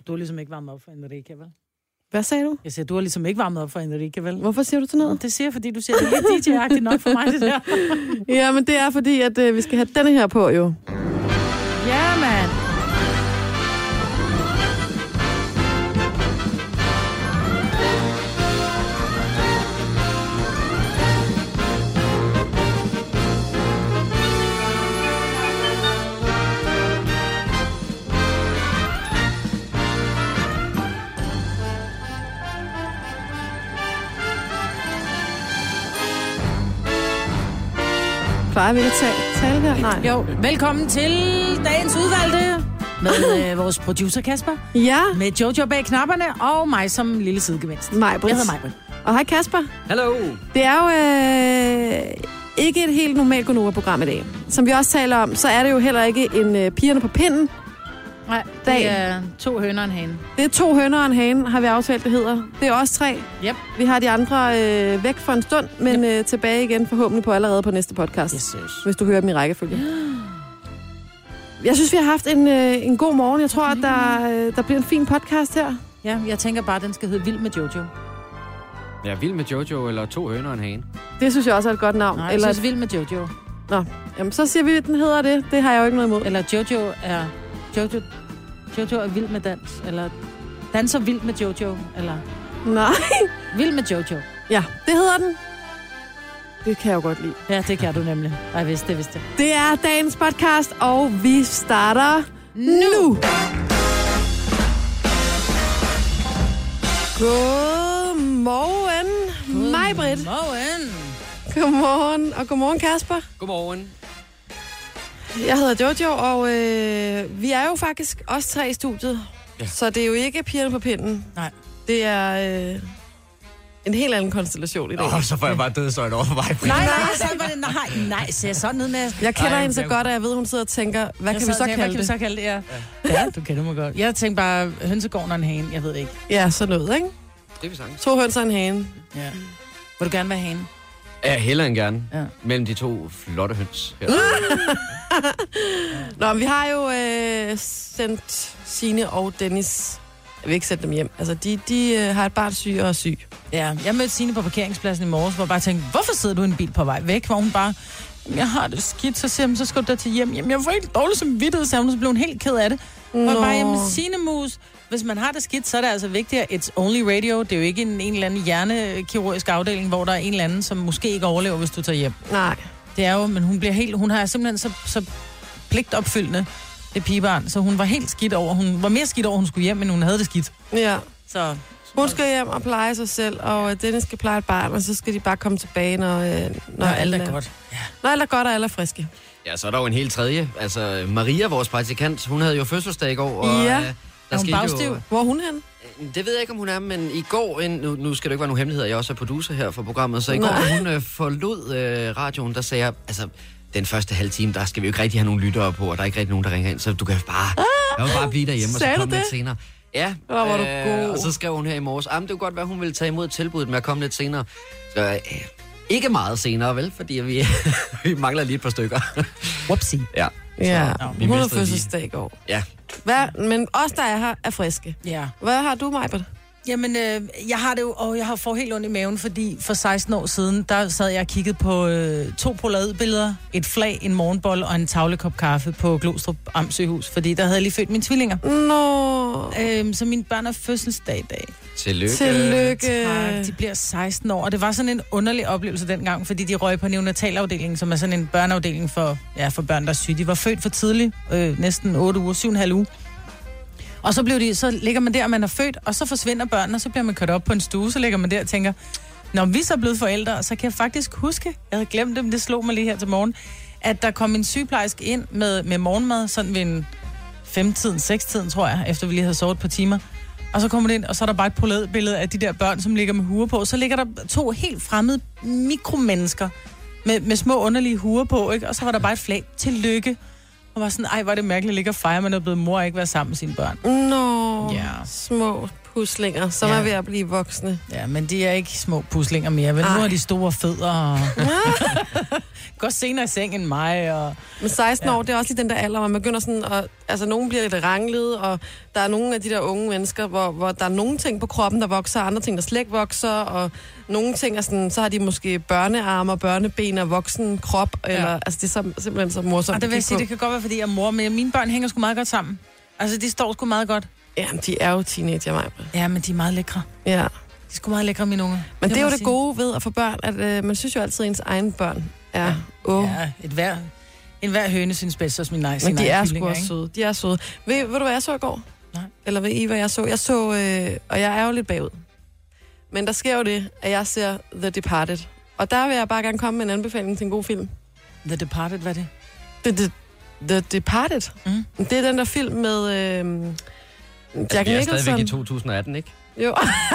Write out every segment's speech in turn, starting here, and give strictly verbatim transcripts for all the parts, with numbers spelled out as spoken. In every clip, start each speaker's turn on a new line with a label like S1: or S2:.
S1: Du har ligesom ikke varmet op for Enrique, vel?
S2: Hvad sagde du?
S1: Jeg siger, du har ligesom ikke varmet op for Enrique, vel?
S2: Hvorfor siger du sådan noget?
S1: Det siger jeg, fordi du siger, det er lidt D J-agtigt nok for mig, det der.
S2: Ja, men det er fordi, at øh, vi skal have denne her på, jo.
S1: Ja, mand.
S2: Plejer vi ikke at tale, tale her? Nej.
S1: Jo, velkommen til dagens udvalgte med øh, vores producer Kasper.
S2: Ja.
S1: Med Jojo bag knapperne og mig som lille sidegevinst.
S2: Majbrit.
S1: Jeg hedder Majbrit.
S2: Og hej Kasper.
S3: Hallo.
S2: Det er jo øh, ikke et helt normalt Gonova-program i dag. Som vi også taler om, så er det jo heller ikke en øh, pigerne på pinden.
S1: Nej,
S2: dag.
S1: det er to høner og en hane.
S2: Det er to høner og en hane, har vi aftalt, det hedder. Det er også tre.
S1: Yep.
S2: Vi har de andre øh, væk for en stund, men yep. øh, tilbage igen forhåbentlig på allerede på næste podcast.
S1: Yes, yes.
S2: Hvis du hører dem i rækkefølge. Jeg synes, vi har haft en, øh, en god morgen. Jeg tror, at der, øh, der bliver en fin podcast her.
S1: Ja, jeg tænker bare, at den skal hedde Vild med Jojo.
S3: Ja, Vild med Jojo eller to høner og en hane.
S2: Det synes jeg også er et godt navn.
S1: Nej,
S2: eller
S1: jeg synes Vild med Jojo.
S2: Nå, jamen så siger vi, at den hedder det. Det har jeg jo ikke noget imod.
S1: Eller Jojo er... Jojo, Jojo er vild med dans. Eller danser vild med Jojo. Eller
S2: Nej.
S1: Vild med Jojo.
S2: Ja, det hedder den. Det kan jeg jo godt lide.
S1: Ja, det kan du nemlig. Jeg vidste det, vidste det.
S2: Det er dagens podcast, og vi starter nu. Godmorgen, Majbrit.
S1: Godmorgen.
S2: Godmorgen, og godmorgen, Kasper.
S3: Godmorgen.
S2: Jeg hedder Jojo, og øh, vi er jo faktisk også tre i studiet. Ja. Så det er jo ikke pigerne på pinden.
S1: Nej.
S2: Det er øh, en helt anden konstellation i dag.
S3: Åh, oh, så får jeg bare dødsøjne over mig.
S1: Nej, nej, sådan var det. Nej, nej, ser sådan ned med...
S2: Jeg kender
S3: Ej,
S2: hende så
S3: jeg...
S2: godt, at jeg ved, hun sidder og tænker, hvad
S1: jeg
S2: kan vi så
S1: tænker,
S2: kalde
S1: hvad kan vi
S2: det?
S1: så kalde det, ja. Ja, du kender mig godt. Jeg tænkte bare, hønsegården og en hane, jeg ved ikke.
S2: Ja, sådan noget, ikke?
S3: Det er vi sagtens.
S2: To høns og en hane.
S1: Ja. Vil du gerne være hane?
S3: Ja, hellere end gerne.
S1: Ja.
S3: Mellem de to flotte høns. Her.
S2: Nå, vi har jo øh, sendt Signe og Dennis. Jeg vil ikke sætte dem hjem. Altså, de, de øh, har et barn syg og er syg.
S1: Ja, jeg mødte Signe på parkeringspladsen i morges, hvor jeg bare tænkte, hvorfor sidder du i en bil på vej væk? Hvor hun bare, jeg har det skidt, så siger hun, så skal du da til hjem. Jamen, jeg får helt dårligt som vidtighed, sagde hun, så blev hun helt ked af det. Hvor jeg bare, jamen, Signe Mus, hvis man har det skidt, så er det altså vigtigt, at it's only radio. Det er jo ikke en, en eller anden hjernekirurgisk afdeling, hvor der er en eller anden, som måske ikke overlever, hvis du tager hjem.
S2: Nej.
S1: Det er jo, men hun bliver helt, hun har simpelthen så, så pligtopfyldende, det pigebarn, så hun var helt skidt over, hun var mere skidt over, hun skulle hjem, men hun havde det skidt.
S2: Ja.
S1: Så
S2: Hun skal hjem og pleje sig selv, og Dennis skal pleje et barn, og så skal de bare komme tilbage, når, når,
S1: når alt er godt.
S2: Ja. Når alt er godt, og alle er friske.
S3: Ja, så er der jo en helt tredje. Altså, Maria, vores praktikant, hun havde jo fødselsdag i går. Og,
S2: ja.
S3: Øh,
S1: er hun bagstiv?
S3: Jo,
S2: hvor er hun henne?
S3: Det ved jeg ikke, om hun er, men i går, en, nu, nu skal det ikke være nogen hemmeligheder, jeg også er producer her for programmet, så i Nej. går, da hun øh, forlod øh, radioen, der sagde jeg, altså, den første halve time, der skal vi jo ikke rigtig have nogen lyttere på, og der er ikke rigtig nogen, der ringer ind, så du kan bare, ah, jeg vil bare blive derhjemme, og så komme lidt senere. Ja,
S2: oh, var du
S3: øh,
S2: god.
S3: Og så skrev hun her i morges, ah, det kunne godt være, hun ville tage imod tilbuddet med at komme lidt senere. Så øh, ikke meget senere, vel? Fordi vi, vi mangler lige et par stykker.
S1: Whoopsie.
S3: Ja.
S2: Ja,
S3: vi
S2: hun har fødselsdag i går.
S3: Ja.
S2: Hvad, men os, der er her, er friske.
S1: Ja.
S2: Hvad har du, Majbert?
S1: Jamen, øh, jeg har det jo, og jeg har fået helt ondt i maven, fordi for seksten år siden, der sad jeg og kiggede på øh, to polaroidbilleder, et flag, en morgenbolle og en tavlekop kaffe på Glostrup Amtssygehus, fordi der havde jeg lige født mine tvillinger.
S2: Nå.
S1: Øhm, så mine børn er fødselsdag i dag.
S3: Tillykke.
S2: Tillykke.
S1: Tak, de bliver seksten år, og det var sådan en underlig oplevelse dengang, fordi de røg på neonatalafdelingen, som er sådan en børneafdeling for, ja, for børn, der er syge. De var født for tidligt, øh, næsten otte uger, syv og en halv uge. Og så, blev de, så ligger man der, man er født, og så forsvinder børnene, og så bliver man kørt op på en stue, så ligger man der og tænker, når vi så er blevet forældre, så kan jeg faktisk huske, jeg havde glemt det, men det slog mig lige her til morgen, at der kom en sygeplejerske ind med, med morgenmad, sådan ved en femtiden, sekstiden, tror jeg, efter vi lige havde sovet et par timer. Og så kommer det ind, og så er der bare et polaroidbillede af de der børn, som ligger med huer på. Så ligger der to helt fremmede mikromennesker med, med små underlige huer på, ikke? Og så var der bare et flag. Tillykke. Og var sådan, ej, hvor er det mærkeligt at ligge og fejre, man er blevet mor og ikke være sammen med sine børn.
S2: Nå,
S1: ja.
S2: små puslinger, som ja. er ved at blive voksne.
S1: Ja, men de er ikke små puslinger mere, vel? Nu har de store fødder og går senere i seng end mig. Og...
S2: Men seksten
S1: ja.
S2: år, det er også lige den der alder, hvor man begynder sådan, og, altså nogen bliver lidt ranglet, og der er nogle af de der unge mennesker, hvor, hvor der er nogle ting på kroppen, der vokser, og andre ting, der slet ikke vokser, og nogle ting er sådan, så har de måske børnearme og børneben og voksen krop, ja. eller, altså det er så, simpelthen så morsomt.
S1: Og det vil jeg sige, det kan godt være, fordi jeg er mor, men mine børn hænger sgu meget godt sammen. Altså, de står sgu meget godt.
S2: Jamen, de er jo teenager, mig.
S1: Ja, men de er meget lækre.
S2: Ja.
S1: De er sgu meget lækre, mine unger.
S2: Men det, det er jo det sige. gode ved at få børn, at øh, man synes jo altid, at ens egne børn er
S1: ja.
S2: åh.
S1: Ja, et hver, en hver høne synes bedst hos min nej.
S2: Men de er sgu også søde. De er søde. Ved, ved du, hvad jeg så i går?
S1: Nej.
S2: Eller ved I, hvad jeg så? Jeg så, øh, og jeg er jo lidt bagud. Men der sker jo det, at jeg ser The Departed. Og der vil jeg bare gerne komme med en anbefaling til en god film.
S1: The Departed, hvad er det?
S2: The, the, the Departed? Mm. Det er den der film med øh, Jack
S3: altså,
S2: Nicholson.
S3: Vi er stadigvæk i to tusind atten, ikke?
S2: Jo.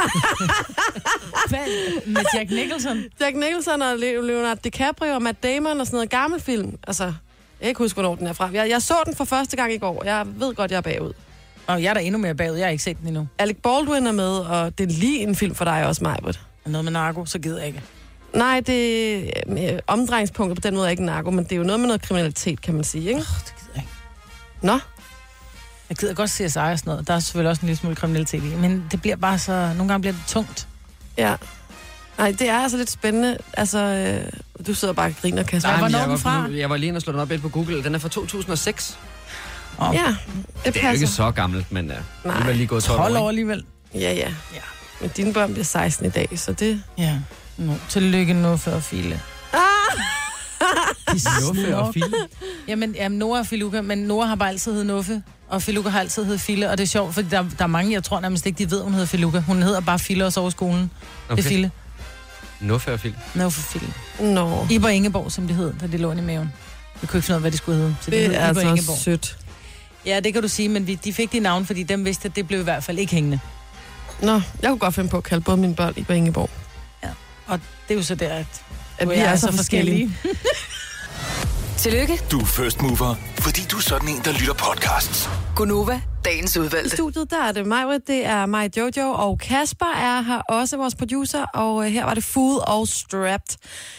S1: Hvad? Med Jack Nicholson?
S2: Jack Nicholson og Leonardo DiCaprio og Matt Damon og sådan noget gammel film. Altså, jeg kan ikke huske, hvornår den er fra. Jeg, jeg så den for første gang i går. Jeg ved godt, jeg er bagud.
S1: Og jeg er da endnu mere bagud. Jeg har ikke set den endnu.
S2: Alec Baldwin er med, og det er lige en film for dig også, Majbert.
S1: Noget med narko, så gider jeg ikke.
S2: Nej, det er omdrejningspunkter på den måde er ikke narko, men det er jo noget med noget kriminalitet, kan man sige, ikke?
S1: Oh, det gider jeg ikke.
S2: Nå?
S1: Jeg gider godt C S I og sådan noget. Der er selvfølgelig også en lille smule kriminalitet i, men det bliver bare så... Nogle gange bliver det tungt.
S2: Ja. Nej, det er altså lidt spændende. Altså, øh, du sidder bare og griner, Kasper.
S1: Nej,
S2: Hvornår
S1: jeg, var
S3: fra? jeg var lige inde og slå den op lidt på Google. Den er fra to tusind og seks.
S1: Oh.
S2: Ja, det,
S3: det
S2: passer.
S3: er jo ikke så gammelt, men uh,
S2: Nej.
S3: det er lige gået tolv år.
S1: tolv år alligevel.
S2: Ja, ja, ja. Men dine børn bliver seksten i dag, så det...
S1: Ja. No. Tillykke nu for Fille.
S2: Ah!
S3: Nuffe og Fille?
S1: Jamen, jamen, Nora og Filuka, men Nora har bare altid heddet Nuffe, og Filuka har altid heddet Fille, og det er sjovt, fordi der, der er mange, jeg tror nærmest ikke, de ved, hun hedder Filuka. Hun hedder bare Fille også over skolen. Okay. Det er Fille.
S3: Nuffe og Fille?
S1: Nuffe og Fille.
S2: Nå.
S1: Iber Ingeborg, som det hed, da det lå i maven. Jeg kunne ikke finde ud af, hvad det skulle hedde. Så
S2: det,
S1: det
S2: er altså Ingeborg. Sødt.
S1: Ja, det kan du sige, men vi, de fik de navn, fordi dem vidste, at det blev i hvert fald ikke hængende.
S2: Nå, jeg kunne godt finde på at kalde både mine børn Iber Ingeborg.
S1: Ja, og det er jo så der, at,
S2: at vi er, er så forskellige.
S4: Tillykke.
S5: Du er first mover, fordi du er sådan en, der lytter podcasts.
S4: Gunova, dagens udvalgte.
S2: I studiet, der er det mig, det er mig, Jojo, og Kasper er her også, vores producer, og her var det Fool og Strapped.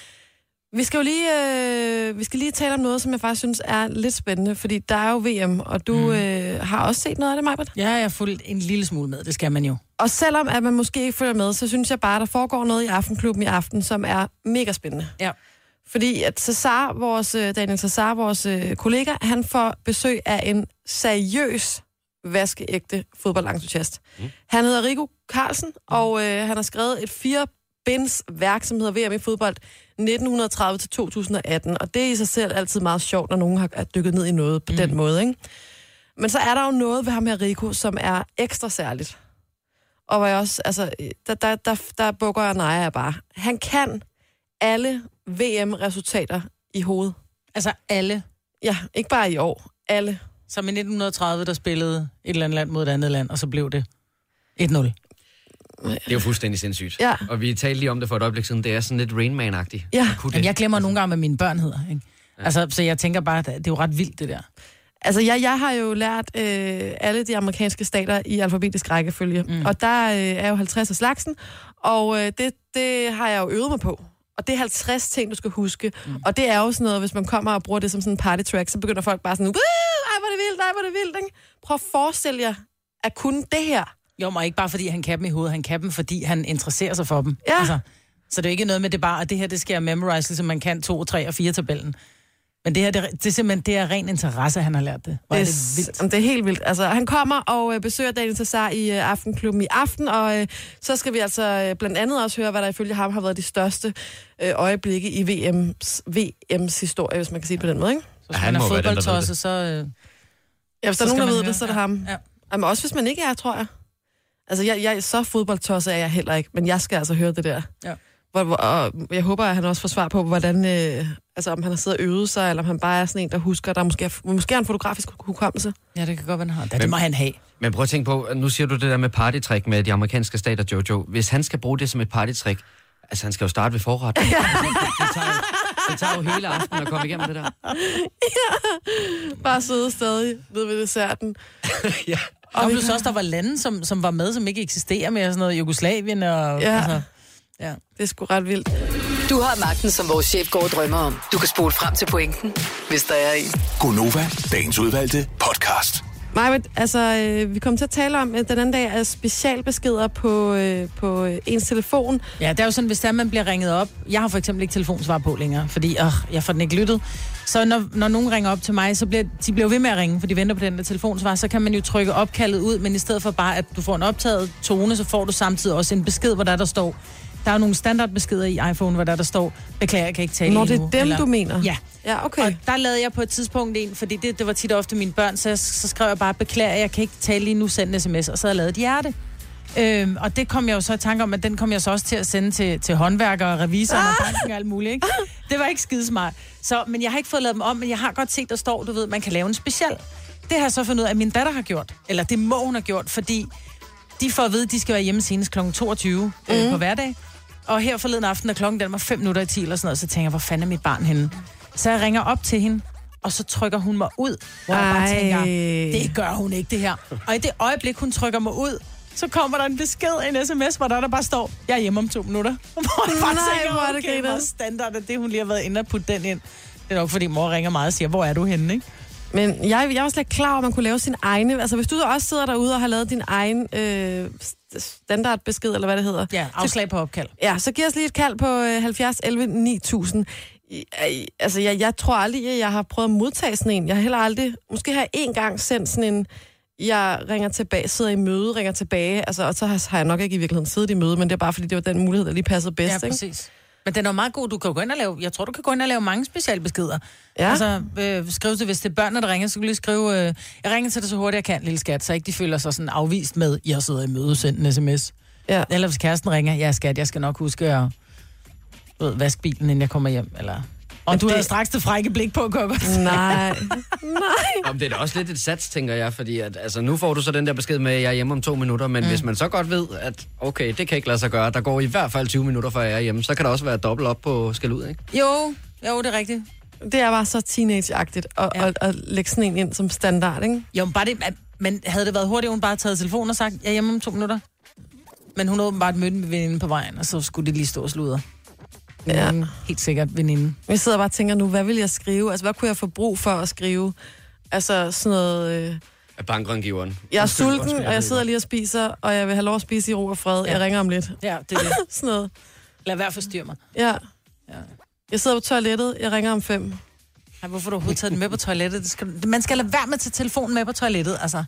S2: Vi skal jo lige, øh, vi skal lige tale om noget, som jeg faktisk synes er lidt spændende, fordi der er jo V M, og du mm. øh, har også set noget af det, Majbert?
S1: Ja, jeg har fulgt en lille smule med, det skal man jo.
S2: Og selvom at man måske ikke følger med, så synes jeg bare, at der foregår noget i Aftenklubben i aften, som er mega spændende.
S1: Ja.
S2: Fordi at Cesar, vores, Daniel Cesar, vores kollega, han får besøg af en seriøs, vaskeægte fodboldentusiast. Mm. Han hedder Rico Carlsen, og øh, han har skrevet et fire binds værk, som hedder V M i fodbold nitten tredive til to tusind atten, og det er i sig selv altid meget sjovt, når nogen har dykket ned i noget på mm. den måde, ikke? Men så er der jo noget ved ham her, Rico, som er ekstra særligt. Og hvor jeg også, altså, der, der, der, der bukker jeg nej jeg bare. Han kan alle V M-resultater i hovedet.
S1: Altså alle?
S2: Ja, ikke bare i år. Alle.
S1: Som i nitten tredive, der spillede et eller andet land mod et andet land, og så blev det et nul.
S3: Det er jo fuldstændig sindssygt.
S2: Ja.
S3: Og vi talte lige om det for et øjeblik siden. Det er sådan lidt Rain Man-agtigt.
S2: Ja.
S1: Jamen, jeg glemmer nogle gange, hvad mine børn hedder. Ikke? Ja. Altså, så jeg tænker bare, at det er jo ret vildt, det der.
S2: Altså, jeg, jeg har jo lært øh, alle de amerikanske stater i alfabetisk rækkefølge. Mm. Og der øh, er jo halvtreds af slagsen. Og øh, det, det har jeg jo øvet mig på. Og det er halvtreds ting, du skal huske. Mm. Og det er jo sådan noget, hvis man kommer og bruger det som sådan en party track, så begynder folk bare sådan, ej, hvor er det vildt, ej, hvor er det vildt, ikke? Prøv at forestille jer at kunne det her.
S1: Jo, men ikke bare fordi han kan dem i hovedet, han kan dem, fordi han interesserer sig for dem.
S2: Ja.
S1: Altså, så det er jo ikke noget med det bare, at det her, det skal jeg memorize, ligesom man kan to, tre og fire tabellen. Men det her, det, det er simpelthen, det er ren interesse, han har lært det. Hvor
S2: det,
S1: er det vildt.
S2: Det er helt vildt. Altså, han kommer og øh, besøger Daniel Cesar i øh, Aftenklubben i aften, og øh, så skal vi altså øh, blandt andet også høre, hvad der ifølge ham har været de største øh, øjeblikke i V M's, V M's historie, hvis man kan sige det på den måde, ikke?
S1: Så hvis ja, man er fodboldtosse, så... Øh,
S2: ja, hvis der er nogen, der ved det, så er det
S1: ja.
S2: ham.
S1: Ja.
S2: Jamen, også hvis man ikke er, tror jeg. Altså, jeg, jeg, så fodboldtosse er jeg heller ikke, men jeg skal altså høre det der.
S1: Ja.
S2: Hvor, hvor, og jeg håber, at han også får svar på, hvordan, øh, altså om han har siddet og øvet sig, eller om han bare er sådan en, der husker, der måske er, måske er en fotografisk hukommelse.
S1: Ja, det kan godt være, han har. Det, det må han have.
S3: Men prøv at tænke på, nu siger du det der med partytrick med de amerikanske stater, Jojo. Hvis han skal bruge det som et partytrick, altså han skal jo starte ved forret. Ja. Det, det, tager, det tager jo hele aftenen at komme igennem det der.
S2: Ja, bare sidde stadig ved ved desserten.
S3: Ja.
S1: Og plus også, der var lande, som, som var med, som ikke eksisterer mere, sådan noget Jugoslavien og...
S2: Ja.
S1: Altså, ja.
S2: Det er sgu ret vildt.
S4: Du har magten, som vores chef går og drømmer om. Du kan spole frem til pointen, hvis der er en.
S5: Gonova, dagens udvalgte podcast.
S2: Maja, altså, øh, vi kom til at tale om øh, den anden dag, at specialbeskeder på, øh, på øh, ens telefon.
S1: Ja, det er jo sådan, hvis der man bliver ringet op. Jeg har for eksempel ikke telefonsvar på længere, fordi øh, jeg får den ikke lyttet. Så når, når nogen ringer op til mig, så bliver de bliver ved med at ringe, for de venter på den der telefonsvar. Så kan man jo trykke opkaldet ud, men i stedet for bare, at du får en optaget tone, så får du samtidig også en besked, hvor der, der står... Der er nogle standardbeskeder i iPhone, hvor der, der står, beklager, jeg kan ikke tale
S2: Når
S1: endnu.
S2: det er dem,
S1: eller,
S2: du mener?
S1: Ja.
S2: Ja, okay.
S1: Og der lavede jeg på et tidspunkt en, fordi det, det var tit og ofte mine børn, så, jeg, så skrev jeg bare, beklager, jeg kan ikke tale lige nu, send en sms, og så havde jeg lavet et hjerte. Øhm, og det kom jeg jo så i tanke om, at den kom jeg så også til at sende til, til håndværkere, revisorer ah! og banken og alt muligt, ikke? Det var ikke skidesmart. Så, men jeg har ikke fået lavet dem om, men jeg har godt set, der står, du ved, man kan lave en special. Det har jeg så fundet ud af, at min datter har gjort, eller det må hun have gjort, fordi de får at vide, at de skal være hjemme senest klokken toogtyve mm. øh, på hverdag. Og her forleden aften, da klokken den var fem minutter i ti eller sådan noget, så tænker jeg, hvor fanden er mit barn henne? Så jeg ringer op til hende, og så trykker hun mig ud. Hvor jeg bare tænker, det gør hun ikke, det her. Og i det øjeblik, hun trykker mig ud, så kommer der en besked, en sms, hvor der, der bare står, jeg er hjemme om to minutter. Hvor jeg bare
S2: Nej,
S1: tænker,
S2: hvor er det
S1: okay, hvor standard, at det hun lige har været inde og putte den ind. Det er nok, fordi mor ringer meget og siger, hvor er du henne, ikke?
S2: Men jeg, jeg var slet ikke klar over, at man kunne lave sin egne... Altså, hvis du også sidder derude og har lavet din egen øh, standardbesked, eller hvad det hedder.
S1: Ja, afslag på opkald.
S2: Ja, så giv os lige et kald på øh, halvfjerds elleve ni tusind. I, I, altså, jeg, jeg tror aldrig, at jeg har prøvet at modtage sådan en. Jeg har heller aldrig... Måske har jeg en gang sendt sådan en... Jeg ringer tilbage, sidder i møde, ringer tilbage. Altså, og så har, har jeg nok ikke i virkeligheden siddet i møde, men det er bare, fordi det var den mulighed, der lige passede bedst.
S1: Ja, præcis. Ikke? Men den er meget god. Du kan gå ind og lave, jeg tror, du kan gå ind og lave mange specialbeskeder.
S2: Ja.
S1: Altså, øh, skriv til, hvis det er børnene, der ringer, så kan du lige skrive, øh, jeg ringer til dig så hurtigt, jeg kan, lille skat, så ikke de føler sig sådan afvist med, jeg sidder i møde, send en sms.
S2: Ja.
S1: Eller hvis kæresten ringer, ja skat, jeg skal nok huske at ved, vaske bilen, inden jeg kommer hjem. Eller... Og men du det... havde straks det frække blik på, kan jeg godt sige.
S2: Nej, nej.
S3: Jamen, det er da også lidt et sats, tænker jeg, fordi at, altså, nu får du så den der besked med, at jeg er hjemme om to minutter, men mm. hvis man så godt ved, at okay, det kan ikke lade sig gøre, der går i hvert fald tyve minutter, før jeg er hjemme, så kan der også være dobbelt op på skal ud, ikke?
S1: Jo, jo, det er rigtigt.
S2: Det er bare så teenage-agtigt at, ja. at, at lægge sådan en ind som standard, ikke?
S1: Jo, men, bare det, men havde det været hurtigt, hun bare taget telefonen og sagt, jeg er hjemme om to minutter? Men hun åbenbart mødte med veninden på vejen, og så skulle det lige stå og sludre.
S2: Ja.
S1: Mm, helt sikkert veninde.
S2: Jeg sidder bare og tænker nu, hvad vil jeg skrive? Altså, hvad kunne jeg få brug for at skrive? Altså, sådan noget... Øh...
S3: Af bankrådgiveren.
S2: Jeg er sulten, og jeg sidder lige og spiser, og jeg vil have lov at spise i ro og fred. Ja. Jeg ringer om lidt.
S1: Ja, det er det.
S2: Sådan noget.
S1: Lad være forstyrre mig.
S2: Ja.
S1: Ja.
S2: Jeg sidder på toilettet, jeg ringer om fem.
S1: Ej, hvorfor har du overhovedet taget den med på toilettet? Det skal, man skal lade være med at tage telefonen med på toilettet, altså.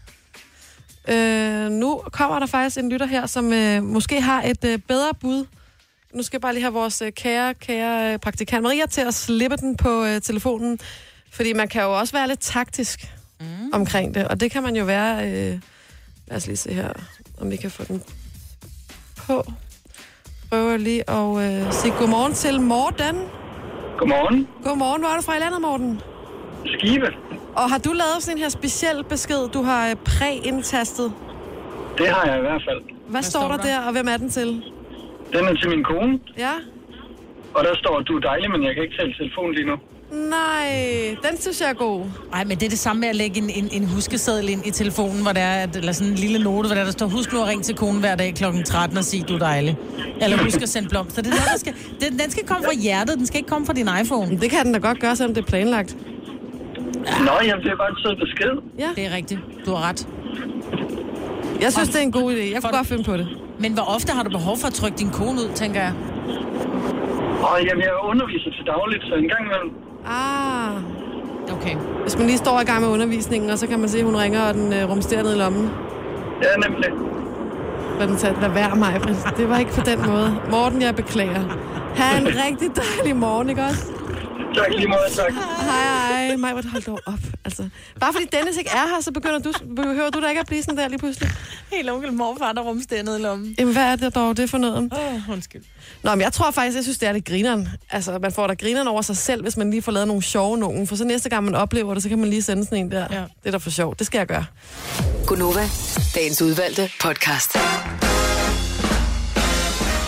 S2: Øh, nu kommer der faktisk en lytter her, som øh, måske har et øh, bedre bud. Nu skal jeg bare lige have vores øh, kære, kære øh, praktikant Maria til at slippe den på øh, telefonen. Fordi man kan jo også være lidt taktisk mm. omkring det. Og det kan man jo være... Øh, lad os lige se her, om vi kan få den på. Prøver lige at øh, sige godmorgen til Morten.
S6: Godmorgen.
S2: Godmorgen. Hvor er du fra i landet, Morten?
S6: Skive.
S2: Og har du lavet sådan en her speciel besked, du har øh, præ-indtastet?
S6: Det har jeg i hvert fald.
S2: Hvad,
S1: Hvad
S2: står,
S1: står
S2: der
S1: der
S2: der, og hvem er den til?
S6: Den er til min kone,
S2: Ja?
S6: og der står, du er dejlig, men jeg kan ikke tale telefon lige nu.
S2: Nej, den synes jeg er god.
S1: Ej, men det er det samme med at lægge en, en, en huskeseddel ind i telefonen, hvor der er, eller sådan en lille note, hvor der, der står, husk nu at ringe til konen hver dag klokken tretten og sige, du er dejlig. Eller husk at sende blomster. Det er noget, der skal, den, den skal komme fra hjertet, den skal ikke komme fra din iPhone.
S2: Det kan den da godt gøre, selvom det er planlagt.
S6: Nå, jamen, det er bare en sød besked.
S2: Ja,
S1: Det er rigtigt. Du har ret.
S2: jeg synes, det er en god idé. Jeg kunne godt finde på det.
S1: Men hvor ofte har du behov for at trykke din kone ud, tænker jeg?
S6: Og jamen, jeg underviser til dagligt, så en gang imellem.
S2: Ah,
S1: Okay.
S2: hvis man lige står i gang med undervisningen, og så kan man se, at hun ringer, og den øh, rumsterer ned i lommen.
S6: Ja, nemlig.
S2: For den sagde, lad være mig. Det var ikke på den måde. Morten, jeg beklager. Ha' en rigtig dejlig morgen, ikke også?
S6: Tak lige måde, tak.
S2: Hej, hej. Maj, hold dog op. Altså, bare fordi Dennis ikke er her, så begynder du, behøver du da ikke at blive sådan der lige pludselig.
S1: Helt onkel morfar, der rumsteder ned i lommen.
S2: Jamen, hvad er det dog, det er for noget?
S1: Åh, oh, undskyld.
S2: Nå, men jeg tror faktisk, jeg synes, det er det grineren. Altså, man får da grineren over sig selv, hvis man lige får lavet nogle sjove nogen. For så næste gang, man oplever det, så kan man lige sende sådan en der.
S1: Ja.
S2: Det er da for sjovt. Det skal jeg gøre.
S4: Gonova, dagens udvalgte podcast.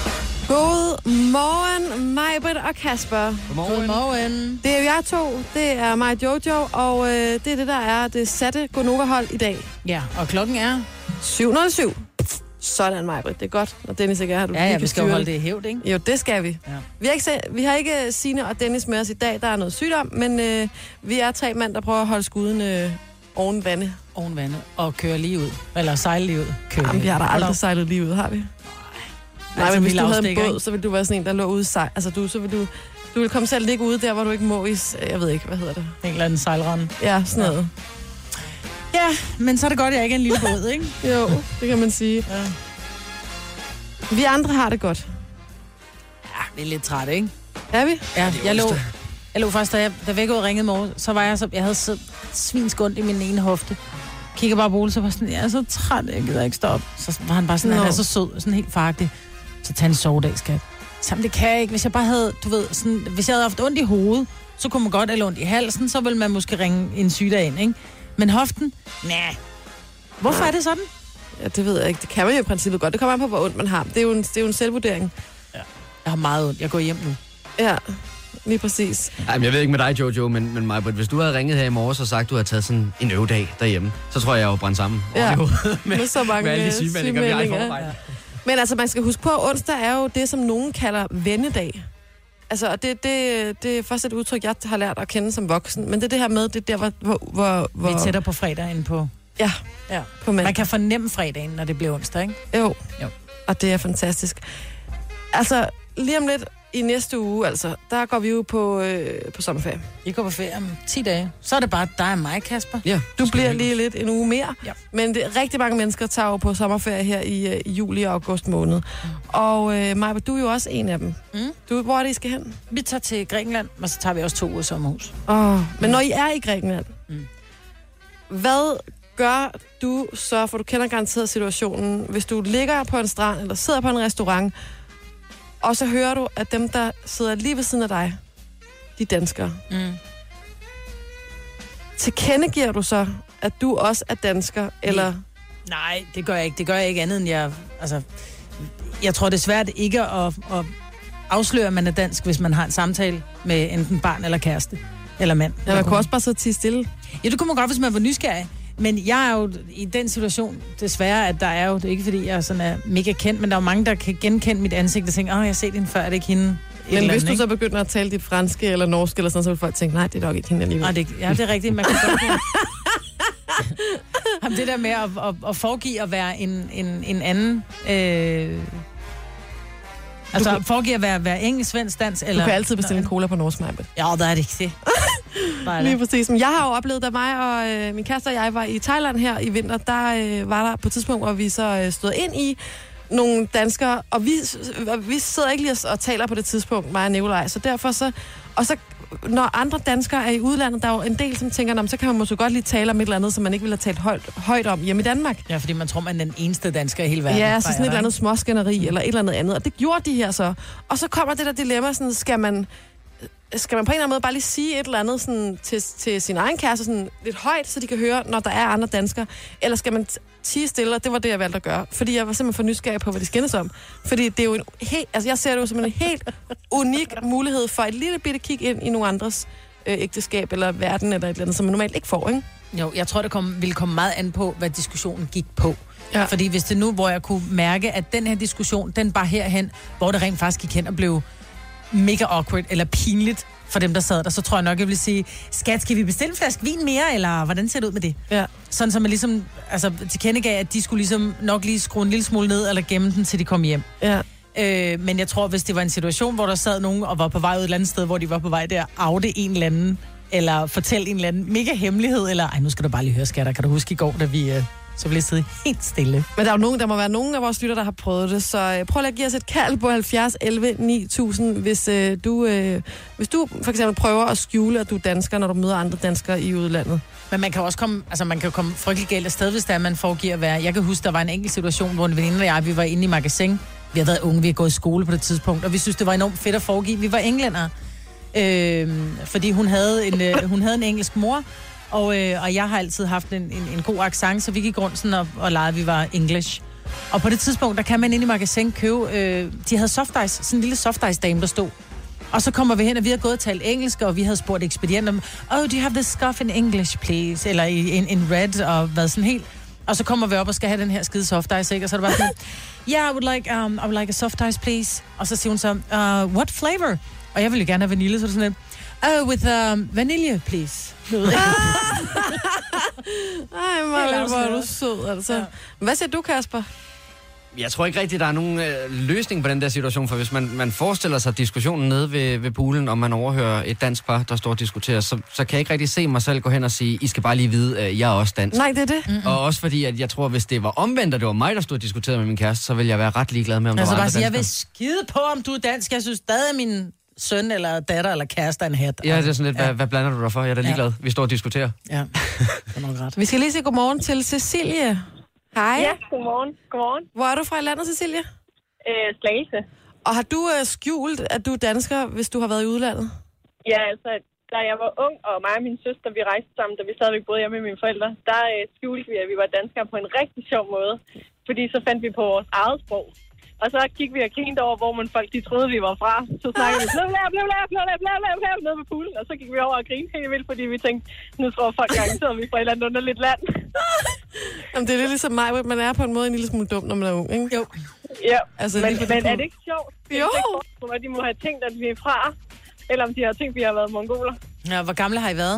S2: God morgen, Majbrit og Kasper.
S3: Godmorgen.
S1: Godmorgen.
S2: Det er jo jer to, det er mig, Jojo, og øh, det er det, der er det satte Gonova-hold i dag.
S1: Ja, og klokken er...
S2: syv nul syv. Sådan, Majbrit. Det er godt, når Dennis ikke er her. Du
S1: Ja, ja,
S2: kan
S1: vi skal jo
S2: styre
S1: holde det i hævd, ikke?
S2: Jo, det skal vi.
S1: Ja.
S2: Vi har ikke, se, vi har ikke Signe og Dennis med os i dag. Der er noget sygdom, men øh, vi er tre mænd, der prøver at holde skuden øh, oven vande.
S1: Oven vandet. Og køre lige ud. Eller sejle lige ud. Køre
S2: Jamen, vi har da aldrig
S1: Eller-
S2: sejlet lige ud, har vi? Nej,
S1: Altså,
S2: men
S1: vi
S2: hvis du havde en
S1: lavstikker,
S2: båd,
S1: ikke?
S2: så ville du være sådan en, der lå ude i sej. Altså, du, så vil du, du vil komme selv at ligge ude der, hvor du ikke må i... s- Jeg ved ikke, hvad hedder det?
S1: En eller anden sejlrende.
S2: Ja, sådan
S1: Ja.
S2: noget.
S1: Ja, men så er det godt, at jeg ikke er en lille båd, ikke?
S2: Jo, det kan man sige.
S1: Ja.
S2: Vi andre har det godt.
S1: Ja, vi er lidt trætte, ikke?
S2: Er vi?
S1: Ja, jeg lå, jeg lå faktisk, da, jeg, da vækkeordet ringede i morgen, så var jeg så, jeg havde så svinsk ondt i min ene hofte. Kigger bare på Ole, så var sådan, jeg er så træt, jeg gider ikke stå op. Så var han bare sådan,
S2: Nå.
S1: han er så sød, sådan helt faragtig. Så tag en sovedag, skat. Sammen det kan jeg ikke. Hvis jeg bare havde, du ved, sådan, hvis jeg havde haft ondt i hovedet, så kunne man godt, eller ondt i halsen, så ville man måske ringe en sygdag ind, ikke? Men hoften, nej. Hvorfor er det sådan?
S2: Ja, det ved jeg ikke. Det kan man jo i princippet godt. Det kommer an på, hvor ondt man har. Det er jo en, det er jo en selvvurdering.
S1: Jeg har meget ondt. Jeg går hjem nu.
S2: Ja, lige præcis.
S3: Ej, men jeg ved ikke med dig, Jojo, men, men Majbrit, hvis du havde ringet her i morges og sagt, at du havde taget sådan en øvedag derhjemme, så tror jeg, jeg var brændt sammen.
S2: Ja.
S3: Oven i hovedet med,
S2: Med så mange
S3: med alle de
S2: øh,
S3: sygemeldinger, vi har i
S2: sygemeldinger.
S3: forvejen.
S2: Men altså, man skal huske på, at onsdag er jo det, som nogen kalder vennedag. Altså, og det, det, det er først et udtryk, jeg har lært at kende som voksen. Men det er det her med, det er der, hvor... hvor, hvor, hvor
S1: Vi er tættere på fredag end på...
S2: Ja,
S1: Ja.
S2: på mandag.
S1: Man kan fornemme fredagen, når det bliver onsdag, ikke?
S2: Jo.
S1: Jo.
S2: Og det er fantastisk. Altså, lige om lidt i næste uge, altså, der går vi jo på, øh, på sommerferie.
S1: I går på ferie om ti dage. Så er det bare dig og mig, Kasper.
S3: Ja,
S2: Du
S3: skal
S2: bliver
S3: vi-
S2: lige lidt en uge mere.
S1: Ja.
S2: Men det, rigtig mange mennesker tager jo på sommerferie her i, øh, i juli og august måned. Mm. Og øh, Maja, du er jo også en af dem.
S1: Mm.
S2: Du, hvor er det, I skal hen?
S1: Vi tager til Grækenland, og så tager vi også to uger i sommerhus.
S2: Oh, men når I er i Grækenland,
S1: Mm.
S2: hvad gør du så, for du kender garanteret situationen, hvis du ligger på en strand eller sidder på en restaurant, og så hører du, at dem, der sidder lige ved siden af dig, de er danskere.
S1: Mm.
S2: Tilkendegiver du så, at du også er dansker, eller...
S1: Nej, det gør jeg ikke. Det gør jeg ikke andet end jeg... Altså, jeg tror, det er svært ikke at, at afsløre, at man er dansk, hvis man har en samtale med enten barn eller kæreste. Eller mand.
S2: Ja, man kunne også bare sidde og tie stille.
S1: Ja, det kunne man godt, hvis man var nysgerrig. Men jeg er jo i den situation, desværre, at der er jo, det er ikke fordi, jeg sådan er mega kendt, men der er jo mange, der kan genkende mit ansigt og tænke, åh, jeg har set hende før, er det ikke hende? Et
S2: Men
S1: eller
S2: hvis
S1: andet,
S2: du så begynder at tale dit franske eller norske eller sådan, så vil folk tænke, nej, det er nok ikke hende alligevel.
S1: Nej, det, ja, det er rigtigt. Man kan godt kunne... Jamen, det der med at, at, at foregive at være en, en, en anden... Øh... Altså,
S2: kan-
S1: foregive at være, være engelsk, svensk, dansk,
S2: Du
S1: eller...
S2: kan altid bestille en cola på norsk, Maja.
S1: Ja, der er det ikke det. Bare
S2: Lige
S1: det.
S2: præcis. Men jeg har jo oplevet, da mig og øh, min kæreste og jeg var i Thailand her i vinter, der øh, var der på et tidspunkt, hvor vi så øh, stod ind i nogle danskere, og vi, øh, vi sidder ikke lige og, og taler på det tidspunkt, mig og Nikolaj, så derfor så... Og så når andre danskere er i udlandet, der er jo en del, som tænker, "Nå, så kan man måske godt lige tale om et eller andet, som man ikke ville have talt højt, højt om hjemme i Danmark.
S1: Ja, fordi man tror, man er den eneste dansker i hele verden.
S2: Ja, så
S1: Bare
S2: sådan et
S1: er
S2: eller
S1: der,
S2: andet småskænderi, eller et eller andet andet. Og det gjorde de her så. Og så kommer det der dilemma, sådan, skal man, skal man på en eller anden måde bare lige sige et eller andet sådan, til, til sin egen kæreste sådan, lidt højt, så de kan høre, når der er andre danskere? Eller skal man tie stille, og det var det, jeg valgte at gøre. Fordi jeg var simpelthen for nysgerrig på, hvad de skændes om. Fordi det er jo en helt, altså jeg ser det jo som en helt unik mulighed for et lille bitte kig ind i nogle andres øh, ægteskab, eller verden, eller et eller andet, som man normalt ikke får, ikke?
S1: Jo, jeg tror, det kom, ville komme meget an på, hvad diskussionen gik på.
S2: Ja.
S1: Fordi hvis det nu, hvor jeg kunne mærke, at den her diskussion, den bare herhen, hvor det rent faktisk gik hen og blev mega awkward eller pinligt for dem, der sad der, så tror jeg nok, jeg ville sige, skat, skal vi bestille en flaske vin mere, eller hvordan ser det ud med det?
S2: Ja.
S1: Sådan, så man ligesom altså, tilkendegav, at de skulle ligesom nok lige skrue en lille smule ned, eller gemme den, til de kom hjem.
S2: Ja.
S1: Øh, men jeg tror, hvis det var en situation, hvor der sad nogen og var på vej ud et eller andet sted, hvor de var på vej der, afde en eller anden, eller fortælle en eller anden mega hemmelighed, eller ej, nu skal du bare lige høre, skatter, kan du huske i går, da vi øh, så ville sidde helt stille.
S2: Men der er jo nogen, der må være nogen af vores lytter, der har prøvet det, så øh, prøv lige at give os et kald på halvfjerds elleve ni tusind, hvis, øh, du, øh, hvis du for eksempel prøver at skjule, at du er dansker, når du møder andre danskere i udlandet.
S1: Men man kan også komme, altså man kan jo komme frygtelig galt afsted, hvis der man foregiver at være. Jeg kan huske, der var en enkelt situation, hvor en veninde og jeg, vi var inde i magasin. Vi har været unge, vi har gået i skole på det tidspunkt, og vi synes, det var enormt fedt at foregive. Vi var englændere, øh, fordi hun havde en, øh, hun havde en engelsk mor, og, øh, og jeg har altid haft en, en, en god accent, så vi gik rundt sådan og, og legede, vi var English. Og på det tidspunkt, der kan man ind i magasin købe, øh, de havde soft ice, sådan en lille soft ice dame, der stod. Og så kommer vi hen, og vi har gået og talt engelsk, og vi havde spurgt ekspedienten, oh, do you have this scarf in English, please? Eller in, in red, og hvad sådan helt. Og så kommer vi op og skal have den her skide soft ice, ikke? Og så er det bare sådan, yeah, I would like, um, I would like a soft ice, please. Og så siger hun så, uh, what flavor? Og jeg vil jo gerne have vanille, så er det sådan lidt, oh, with um, vanille, please. Ej,
S2: Maja, hvor er du sød, altså. Ja. Hvad siger du, Kasper?
S3: Jeg tror ikke rigtigt, der er nogen øh, løsning på den der situation, for hvis man, man forestiller sig diskussionen nede ved, ved poolen, og man overhører et dansk par, der står og diskuterer, så, så kan jeg ikke rigtig se mig selv gå hen og sige, I skal bare lige vide, at jeg er også dansk.
S2: Nej, det er det.
S3: Mm-hmm. Og også fordi, at jeg tror, hvis det var omvendt, og det var mig, der stod og diskuterede med min kæreste, så ville jeg være ret ligeglad med, om
S1: altså
S3: der var
S1: bare
S3: andre
S1: sige,
S3: danskere.
S1: Jeg vil skide på, om du er dansk. Jeg synes stadig, at min søn eller datter eller kæreste er en hat.
S3: Ja, det er sådan lidt, hvad, ja. hvad blander du dig for? Jeg er da ligeglad. Ja. Vi står og diskuterer.
S1: Ja, det er nok ret.
S2: Vi skal lige sige godmorgen til Cecilie. Hej.
S7: Ja, godmorgen. Godmorgen.
S2: Hvor er du fra i landet, Cecilie?
S7: Øh, Slagelse.
S2: Og har du øh, skjult, at du er dansker, hvis du har været i udlandet?
S7: Ja, altså, da jeg var ung, og mig og min søster, vi rejste sammen, da vi stadigvæk boede hjemme med mine forældre, der øh, skjulte vi, at vi var danskere på en rigtig sjov måde. Fordi så fandt vi på vores eget sprog. Og så gik vi og grinte over, hvor man folk, de troede, vi var fra. Så snakkede vi, bløv, bløv, bløv, bløv, bløv, bløv, bløv, bløv, nede ved poolen. Og så gik vi over og grinede helt vildt, fordi vi tænkte, nu tror folk garanteret, at vi er fra et eller andet underligt land.
S2: Jamen, det er lidt ligesom mig, man er på en måde en lille smule dum, når man er ung, ikke?
S7: Jo. Ja,
S2: altså,
S7: men, men er det ikke sjovt?
S2: Jo.
S7: Det er de må have tænkt, at vi er fra, eller om de har tænkt, at vi har været mongoler.
S1: Ja, hvor gamle har I været?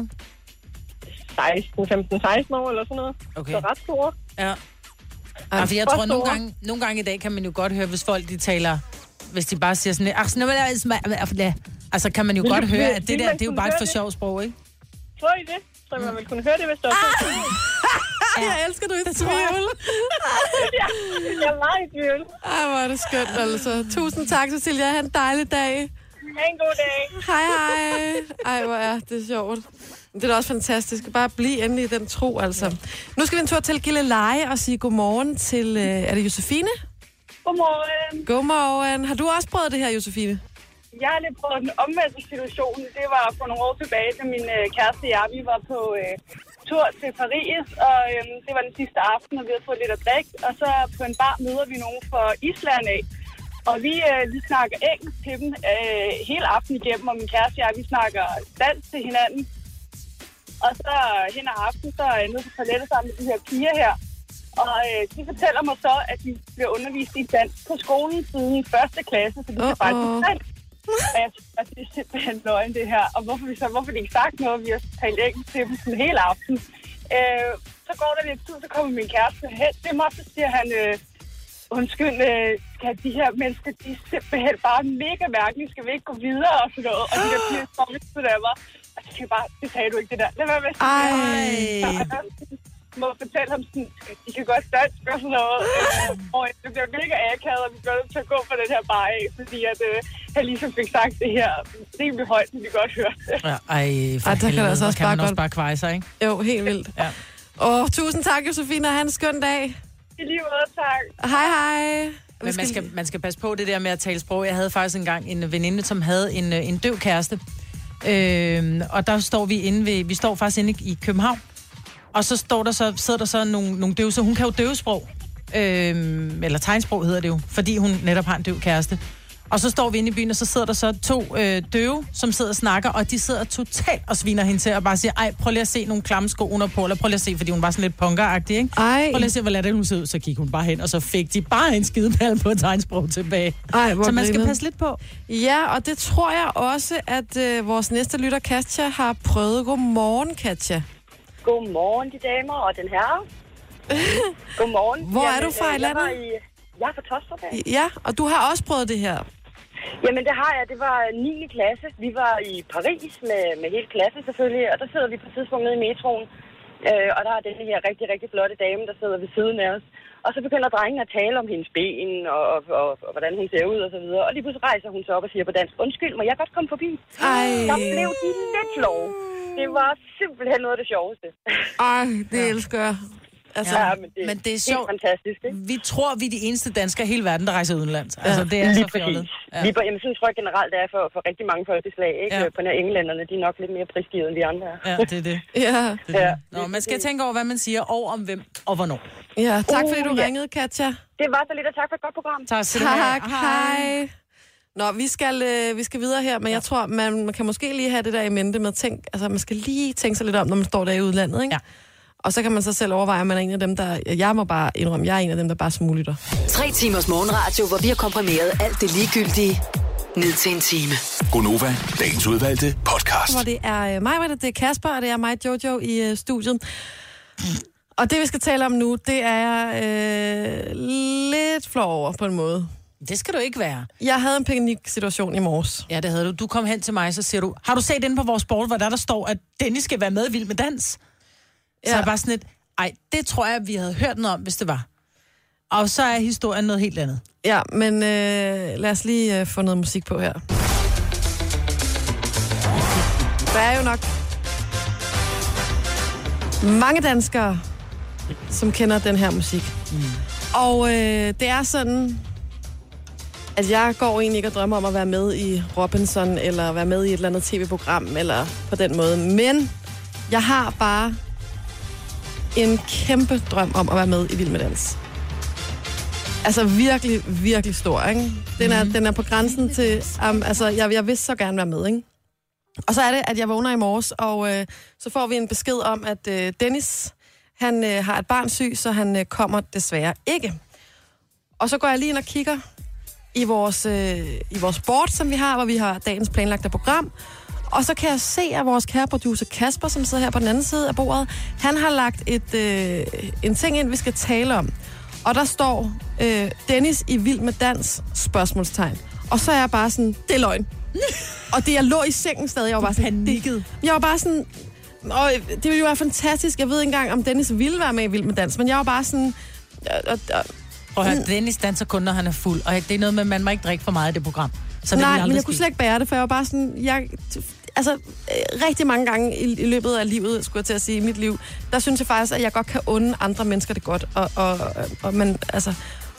S7: seksten, femten, seksten år eller sådan noget.
S1: Okay.
S7: Så ret store.
S1: Ja. Ja, for jeg tror, at nogle gange, nogle gange i dag kan man jo godt høre, hvis folk de taler, hvis de bare siger sådan lidt, altså kan man jo godt høre, at det der, det er jo bare et for sjovt sprog, ikke?
S7: Tror I det? Så man ville kunne høre det, hvis der var sådan.
S2: Jeg elsker, du er i tvivl.
S7: Ja, jeg er meget i tvivl.
S2: Ej, hvor er det skønt, altså. Tusind tak, Cecilia. Ha' en dejlig dag.
S7: Ha' en god dag.
S2: Hej, hej. Ej, hvor er det sjovt. Det er da også fantastisk. Bare blive endelig i den tro, altså. Ja. Nu skal vi en tur til Gilleleje og sige godmorgen til, øh, er det Josefine?
S7: Godmorgen.
S2: Godmorgen. Har du også prøvet det her, Josefine?
S7: Jeg har lidt prøvet den omvendte situation. Det var for nogle år tilbage, da min øh, kæreste og jeg, vi var på øh, tur til Paris, og øh, det var den sidste aften, og vi havde fået lidt at drikke. Og så på en bar møder vi nogen fra Island af. Og vi, øh, vi snakker engelsk til dem øh, hele aftenen igennem, og min kæreste og jeg, vi snakker dansk til hinanden. Og så hen ad aften, så er jeg nede på toilettet sammen med de her piger her. Og øh, de fortæller mig så, at de bliver undervist i dansk på skolen siden første klasse, så de kan faktisk dansk. Og jeg synes, at det er simpelthen løgn, det her. Og hvorfor vi så, hvorfor de ikke sagt noget, vi har talt engelsk til dem sådan hele aften. Øh, så går der lidt tid, så kommer min kæreste hen til mig, så siger han, øh, undskyld, øh, skal de her mennesker, de er simpelthen bare mega mærkelige, skal vi ikke gå videre og sådan noget. Og de der piger står lidt til dem, og så kan jeg bare, det sagde du ikke det der. Lad være med. Ej. Må fortælle ham sådan, de kan godt dansk og sådan noget. Øh, og det bliver mega akavet, og vi bliver nødt til at gå på den her bar af, fordi at øh, han ligesom fik sagt det her rimelig højt, så vi godt hørte det.
S1: Ja, ej, for
S2: ej, der kan, altså også
S1: kan
S2: bare
S1: man
S2: godt...
S1: også bare kveje sig, ikke?
S2: Jo, helt vildt.
S1: Ja.
S2: Åh, tusind tak, Josefine, og have en skøn dag.
S7: I lige måde, tak.
S2: Hej, hej.
S1: Men man skal, man skal passe på det der med at tale sprog. Jeg havde faktisk engang en veninde, som havde en, en døv kæreste. Øh, og der står vi inde ved, vi står faktisk inde i København. Og så står der så, sidder der så nogle, nogle døve, så hun kan jo døvesprog. Øhm, eller tegnsprog hedder det jo, fordi hun netop har en døv kæreste. Og så står vi inde i byen, og så sidder der så to øh, døve, som sidder og snakker, og de sidder totalt og sviner hende til, og bare siger, ej, prøv lige at se nogle klamme sko under på, eller prøv lige at se, fordi hun var sådan lidt punkeragtig, ikke?
S2: Ej.
S1: Prøv lige at se, hvor lader det hun ser ud, så gik hun bare hen, og så fik de bare en skidepal på tegnsprog tilbage.
S2: Ej,
S1: så man skal
S2: grinet.
S1: passe lidt på.
S2: Ja, og det tror jeg også, at øh, vores næste lytter, Katja, har prøvet. Godmorgen, Katja.
S7: Godmorgen, de damer og den herre. Godmorgen.
S2: Hvor Jamen, er du fra i landet?
S7: Jeg, i, jeg er fra Tostrup.
S2: Ja, og du har også prøvet det her.
S7: Jamen, det har jeg. Det var niende klasse. Vi var i Paris med, med hele klassen selvfølgelig, og der sidder vi på tidspunkt nede i metroen. Øh, og der er denne her rigtig, rigtig flotte dame, der sidder ved siden af os. Og så begynder drengen at tale om hendes ben, og, og, og, og hvordan hun ser ud og så videre. Og lige pludselig rejser hun sig op og siger på dansk, undskyld, må jeg godt komme forbi?
S2: Ej.
S7: Der blev de lidt flove. Det var simpelthen noget af det sjoveste.
S2: Ej, det ja. elsker jeg. Altså,
S1: Ja,
S7: Ja, men det,
S1: men det er
S7: helt
S1: sjovt.
S7: fantastisk, ikke?
S1: Vi tror, vi er de eneste danskere i hele verden, der rejser udenlands. Altså, det er
S7: Lige
S1: så fjollet.
S7: præcis.
S1: Ja.
S7: Lige på, jamen, sådan tror jeg generelt, det er for, for rigtig mange folkeslag, ikke?
S1: Ja.
S7: Ja. På nær englænderne, de er nok lidt mere prisgivet, end vi andre er.
S1: Ja, det er det.
S2: ja.
S1: det, er
S7: Ja.
S1: det. Nå, man skal tænke over, hvad man siger, og om hvem og hvornår.
S2: ja, tak fordi du
S7: Uh, ja.
S2: ringede, Katja.
S7: Det var så lidt, og tak for et godt program.
S1: Tak skal du have.
S2: Tak, hej. Nå, vi skal, øh, vi skal videre her, men jeg tror, man, man kan måske lige have det der i mente med at tænke, altså man skal lige tænke sig lidt om, når man står der i udlandet, ikke?
S1: Ja.
S2: Og så kan man så selv overveje, at man er en af dem, der... Jeg må bare indrømme, jeg er en af dem, der bare smuglytter.
S4: Tre timers morgenradio, hvor vi har komprimeret alt det ligegyldige ned til en time.
S5: Gonova, dagens udvalgte podcast.
S2: Hvor det er øh, mig, det er Kasper, og det er mig, Jojo, i øh, studiet. Og det, vi skal tale om nu, det er øh, lidt flov over på en måde.
S1: Det skal du ikke være.
S2: Jeg havde en paniksituation i morges.
S1: Ja, det havde du. Du kom hen til mig, så siger du, har du set inde på vores sport, hvor der, der står, at Dennis skal være med i Vild med Dans? Så
S2: Ja.
S1: er jeg bare sådan lidt, ej, det tror jeg, vi havde hørt noget om, hvis det var. Og så er historien noget helt andet.
S2: Ja, men øh, lad os lige øh, få noget musik på her. Der er jo nok mange danskere, som kender den her musik. Mm. Og øh, det er sådan, at jeg går egentlig ikke og drømmer om at være med i Robinson, eller være med i et eller andet tv-program, eller på den måde. Men jeg har bare en kæmpe drøm om at være med i Vild med Dans. Altså virkelig, virkelig stor, ikke? Den er, mm. den er på grænsen til... Um, altså, jeg, jeg vil så gerne være med, ikke? Og så er det, at jeg vågner i morges, og øh, så får vi en besked om, at øh, Dennis, han øh, har et barn syg, så han øh, kommer desværre ikke. Og så går jeg lige ind og kigger i vores, øh, i vores board, som vi har, hvor vi har dagens planlagte program. Og så kan jeg se, at vores kære producer Kasper, som sidder her på den anden side af bordet, han har lagt et, øh, en ting ind, vi skal tale om. Og der står øh, Dennis i Vild med Dans, spørgsmålstegn. Og så er jeg bare sådan, det er løgn. Og det, jeg lå i sengen stadig, jeg var bare sådan...
S1: Panikket.
S2: Jeg var bare sådan... Og det ville jo være fantastisk. Jeg ved ikke engang, om Dennis ville være med i Vild med Dans, men jeg var bare sådan... Og, og,
S1: Prøv at høre, Dennis danser kun, når han er fuld. Og det er noget med, at man må ikke drikke for meget i det program. Så det
S2: nej,
S1: vil
S2: men jeg
S1: ske.
S2: kunne slet ikke bære det, for jeg var bare sådan... Jeg, altså, øh, rigtig mange gange i, i løbet af livet, skulle jeg til at sige, i mit liv, der synes jeg faktisk, at jeg godt kan unde andre mennesker det godt. Og, og, og man, altså...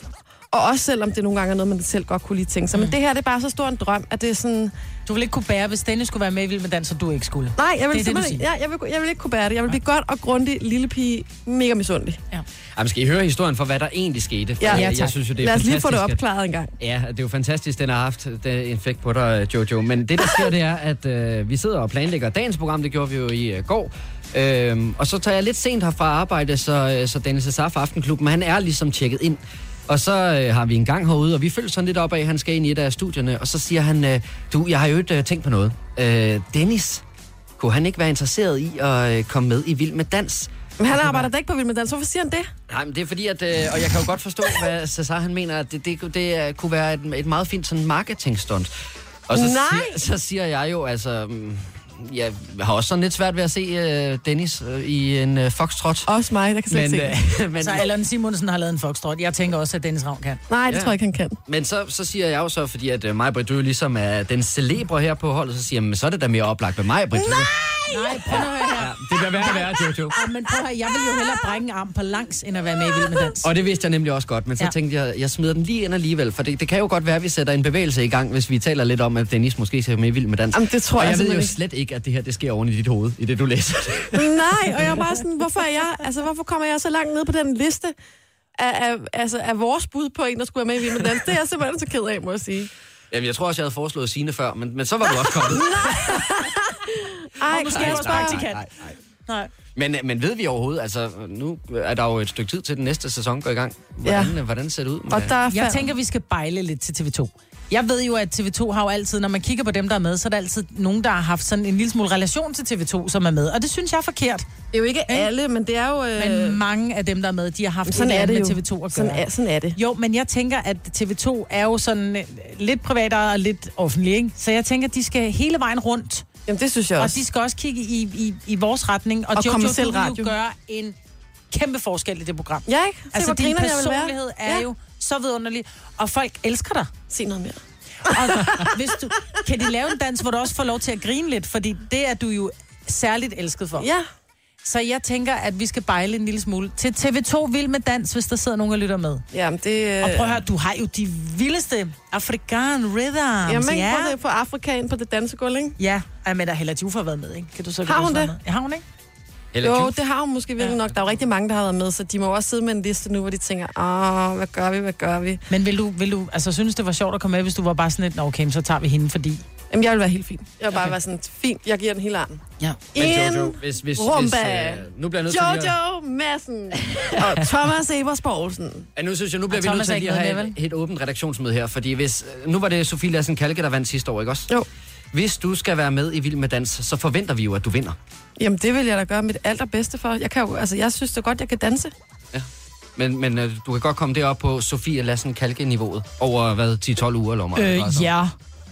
S2: Og også selvom det nogle gange er noget, man selv godt kunne lige tænke sig. Mm. Men det her, det er bare så stor en drøm, at det er sådan...
S1: Du vil ikke kunne bære, hvis Dennis skulle være med i Vild med Dans, og du ikke skulle.
S2: Nej, jeg vil,
S1: det er det, du
S2: simpelthen, ja, jeg, vil, jeg vil ikke kunne bære det. Jeg vil blive godt og grundig lille pige, mega misundelig.
S1: Ja.
S3: Jamen, skal I høre historien for, hvad der egentlig skete? For
S2: Ja,
S3: jeg,
S2: ja,
S3: jeg synes jo, det er
S2: lad os lige få det
S3: fantastisk,
S2: opklaret en gang.
S3: At, ja, det er jo fantastisk, den har haft den effekt på dig, Jojo. Men det, der sker, det er, at øh, vi sidder og planlægger dagens program. Det gjorde vi jo i øh, går. Øhm, og så tager jeg lidt sent herfra arbejde, så, så Dennis Cesar fra Aftenklubben, han er ligesom tjekket ind. Og så øh, har vi en gang herude, og vi følger sådan lidt op af, at han skal ind i et af studierne, og så siger han, øh, du, jeg har jo ikke øh, tænkt på noget. Øh, Dennis, kunne han ikke være interesseret i at øh, komme med i Vild med Dans?
S2: Men han arbejder da ikke på Vild med Dans. Hvorfor siger han det?
S3: Nej, men det er fordi, at, øh, og jeg kan jo godt forstå, hvad Cesar han mener, at det, det, det kunne være et, et meget fint sådan marketingstunt. Og så
S2: Nej!
S3: siger, så siger jeg jo, altså... Mm, jeg har også sådan lidt svært ved at se uh, Dennis uh, i en uh, foxtrot.
S2: Også mig, der kan slet
S3: Men,
S2: ikke se.
S3: uh, men,
S1: Så Allan Simonsen har lavet en foxtrot. Jeg tænker også, at Dennis Ravn kan.
S2: Nej, det
S3: Ja.
S2: tror jeg ikke, han kan.
S3: men så, så siger jeg jo så, fordi at uh, Maj-Brit Døe ligesom er den celebre her på holdet, så siger jeg, men så er det da mere oplagt med Maj-Brit Døe.
S1: Nej, prøv at høre her.
S3: Ja, det bliver værre og værre, Jojo.
S1: Ja, men prøv at høre, jeg vil jo hellere brække en arm på langs, end at være med i Vild med Dans.
S3: Og det vidste jeg nemlig også godt, men så
S1: Ja.
S3: tænkte jeg, jeg smider den lige ind alligevel, for det, det kan jo godt være, at vi sætter en bevægelse i gang, hvis vi taler lidt om, at Dennis måske skal med i Vild med Dans.
S2: Jamen, det tror
S3: og
S2: jeg
S3: jeg ved jo
S2: simpelthen
S3: slet ikke, at det her det sker oven i dit hoved, i det du læser.
S2: Nej, og jeg er bare sådan, hvorfor er jeg, altså hvorfor kommer jeg så langt ned på den liste af, af, altså, af vores bud på en, der skulle være med i Vild med Dans? Det er jeg simpelthen så ked af, må jeg sige.
S3: Jamen, jeg tror også, jeg havde foreslået Signe før, men, men så var du også kommet.
S2: Ej,
S1: måske
S2: Kasper.
S1: også bare praktikant.
S3: nej, nej.
S1: Nej.
S3: Men, men ved vi overhovedet, altså nu er der jo et stykke tid til den næste sæson går i gang. Hvordan, ja. hvordan ser det ud? Med,
S2: Og der er
S1: Jeg
S2: fem.
S1: tænker, vi skal bejle lidt til T V to. Jeg ved jo, at T V to har jo altid, når man kigger på dem, der er med, så er der altid nogen, der har haft sådan en lille smule relation til T V to, som er med. Og det synes jeg er forkert.
S2: Det er jo ikke alle, men det er jo... Øh...
S1: Men mange af dem, der er med, de har haft
S2: sådan
S1: et
S2: er
S1: eller
S2: det
S1: andet
S2: jo.
S1: med T V to at
S2: Sådan
S1: gøre.
S2: er, sådan er det.
S1: Jo, men jeg tænker, at T V to er jo sådan øh, lidt privat og lidt offentlig, ikke? Så jeg tænker, at de skal hele vejen rundt.
S2: Jamen, det synes jeg
S1: Og
S2: også.
S1: de skal også kigge i, i, i vores retning. Og,
S2: Og
S1: Jojo,
S2: kommerciel
S1: du vil
S2: radio.
S1: jo gøre en kæmpe forskel i det program.
S2: Ja, ikke? Se,
S1: Altså,
S2: hvor
S1: din
S2: griner jeg vil være.
S1: personlighed er
S2: Ja.
S1: jo så vidunderlig. Og folk elsker dig.
S2: Sig noget mere.
S1: Og hvis du, kan de lave en dans, hvor du også får lov til at grine lidt? Fordi det er du jo særligt elsket for.
S2: Ja.
S1: Så jeg tænker, at vi skal bejle en lille smule til T V to Vild med Dans, hvis der sidder nogen og lytter med.
S2: Jamen, det...
S1: Og prøv at høre, du har jo de vildeste Afrikan rhythms.
S2: Jamen,
S1: ja.
S2: prøv at få Afrikan på det dansegulv, ikke?
S1: Ja, Ej, men der Hella Juf har været med, ikke? Kan du så
S2: har hun det?
S1: Ja, har hun ikke?
S3: Eller
S2: jo,
S3: Juf?
S2: det har hun måske virkelig ja. nok. Der er jo rigtig mange, der har været med, så de må også sidde med en liste nu, hvor de tænker, åh, hvad gør vi, hvad gør vi?
S1: Men vil du, vil du altså, synes, det var sjovt at komme med, hvis du var bare sådan lidt, okay, så tager vi hende, fordi...
S2: Jamen, jeg vil være helt fin. Jeg vil bare
S1: Okay.
S2: være sådan, fint, jeg giver den hele armen.
S1: Ja.
S3: Men
S2: En
S3: Jojo, hvis, hvis, hvis,
S2: rumba.
S3: øh, nu bliver jeg nødt til lige at...
S2: Jojo Madsen og Thomas Evers Poulsen.
S3: Ja, nu synes jeg, nu bliver
S1: Og
S3: vi nødt
S1: Thomas
S3: til
S1: er
S3: lige at
S1: ikke
S3: have
S1: med,
S3: et, et åbent redaktionsmøde her, fordi hvis... Nu var det Sofie Lassen Kalke, der vandt sidste år, ikke også?
S2: Jo.
S3: Hvis du skal være med i Vild med Dans, så forventer vi jo, at du vinder.
S2: Jamen, det vil jeg da gøre mit allerbedste for. Jeg kan jo, altså, jeg synes det godt, jeg kan danse.
S3: Ja. Men, men øh, du kan godt komme derop på Sofie Lassen Kalke-niveauet over, hvad, ti tolv uger, eller meget,
S1: Øh, ja.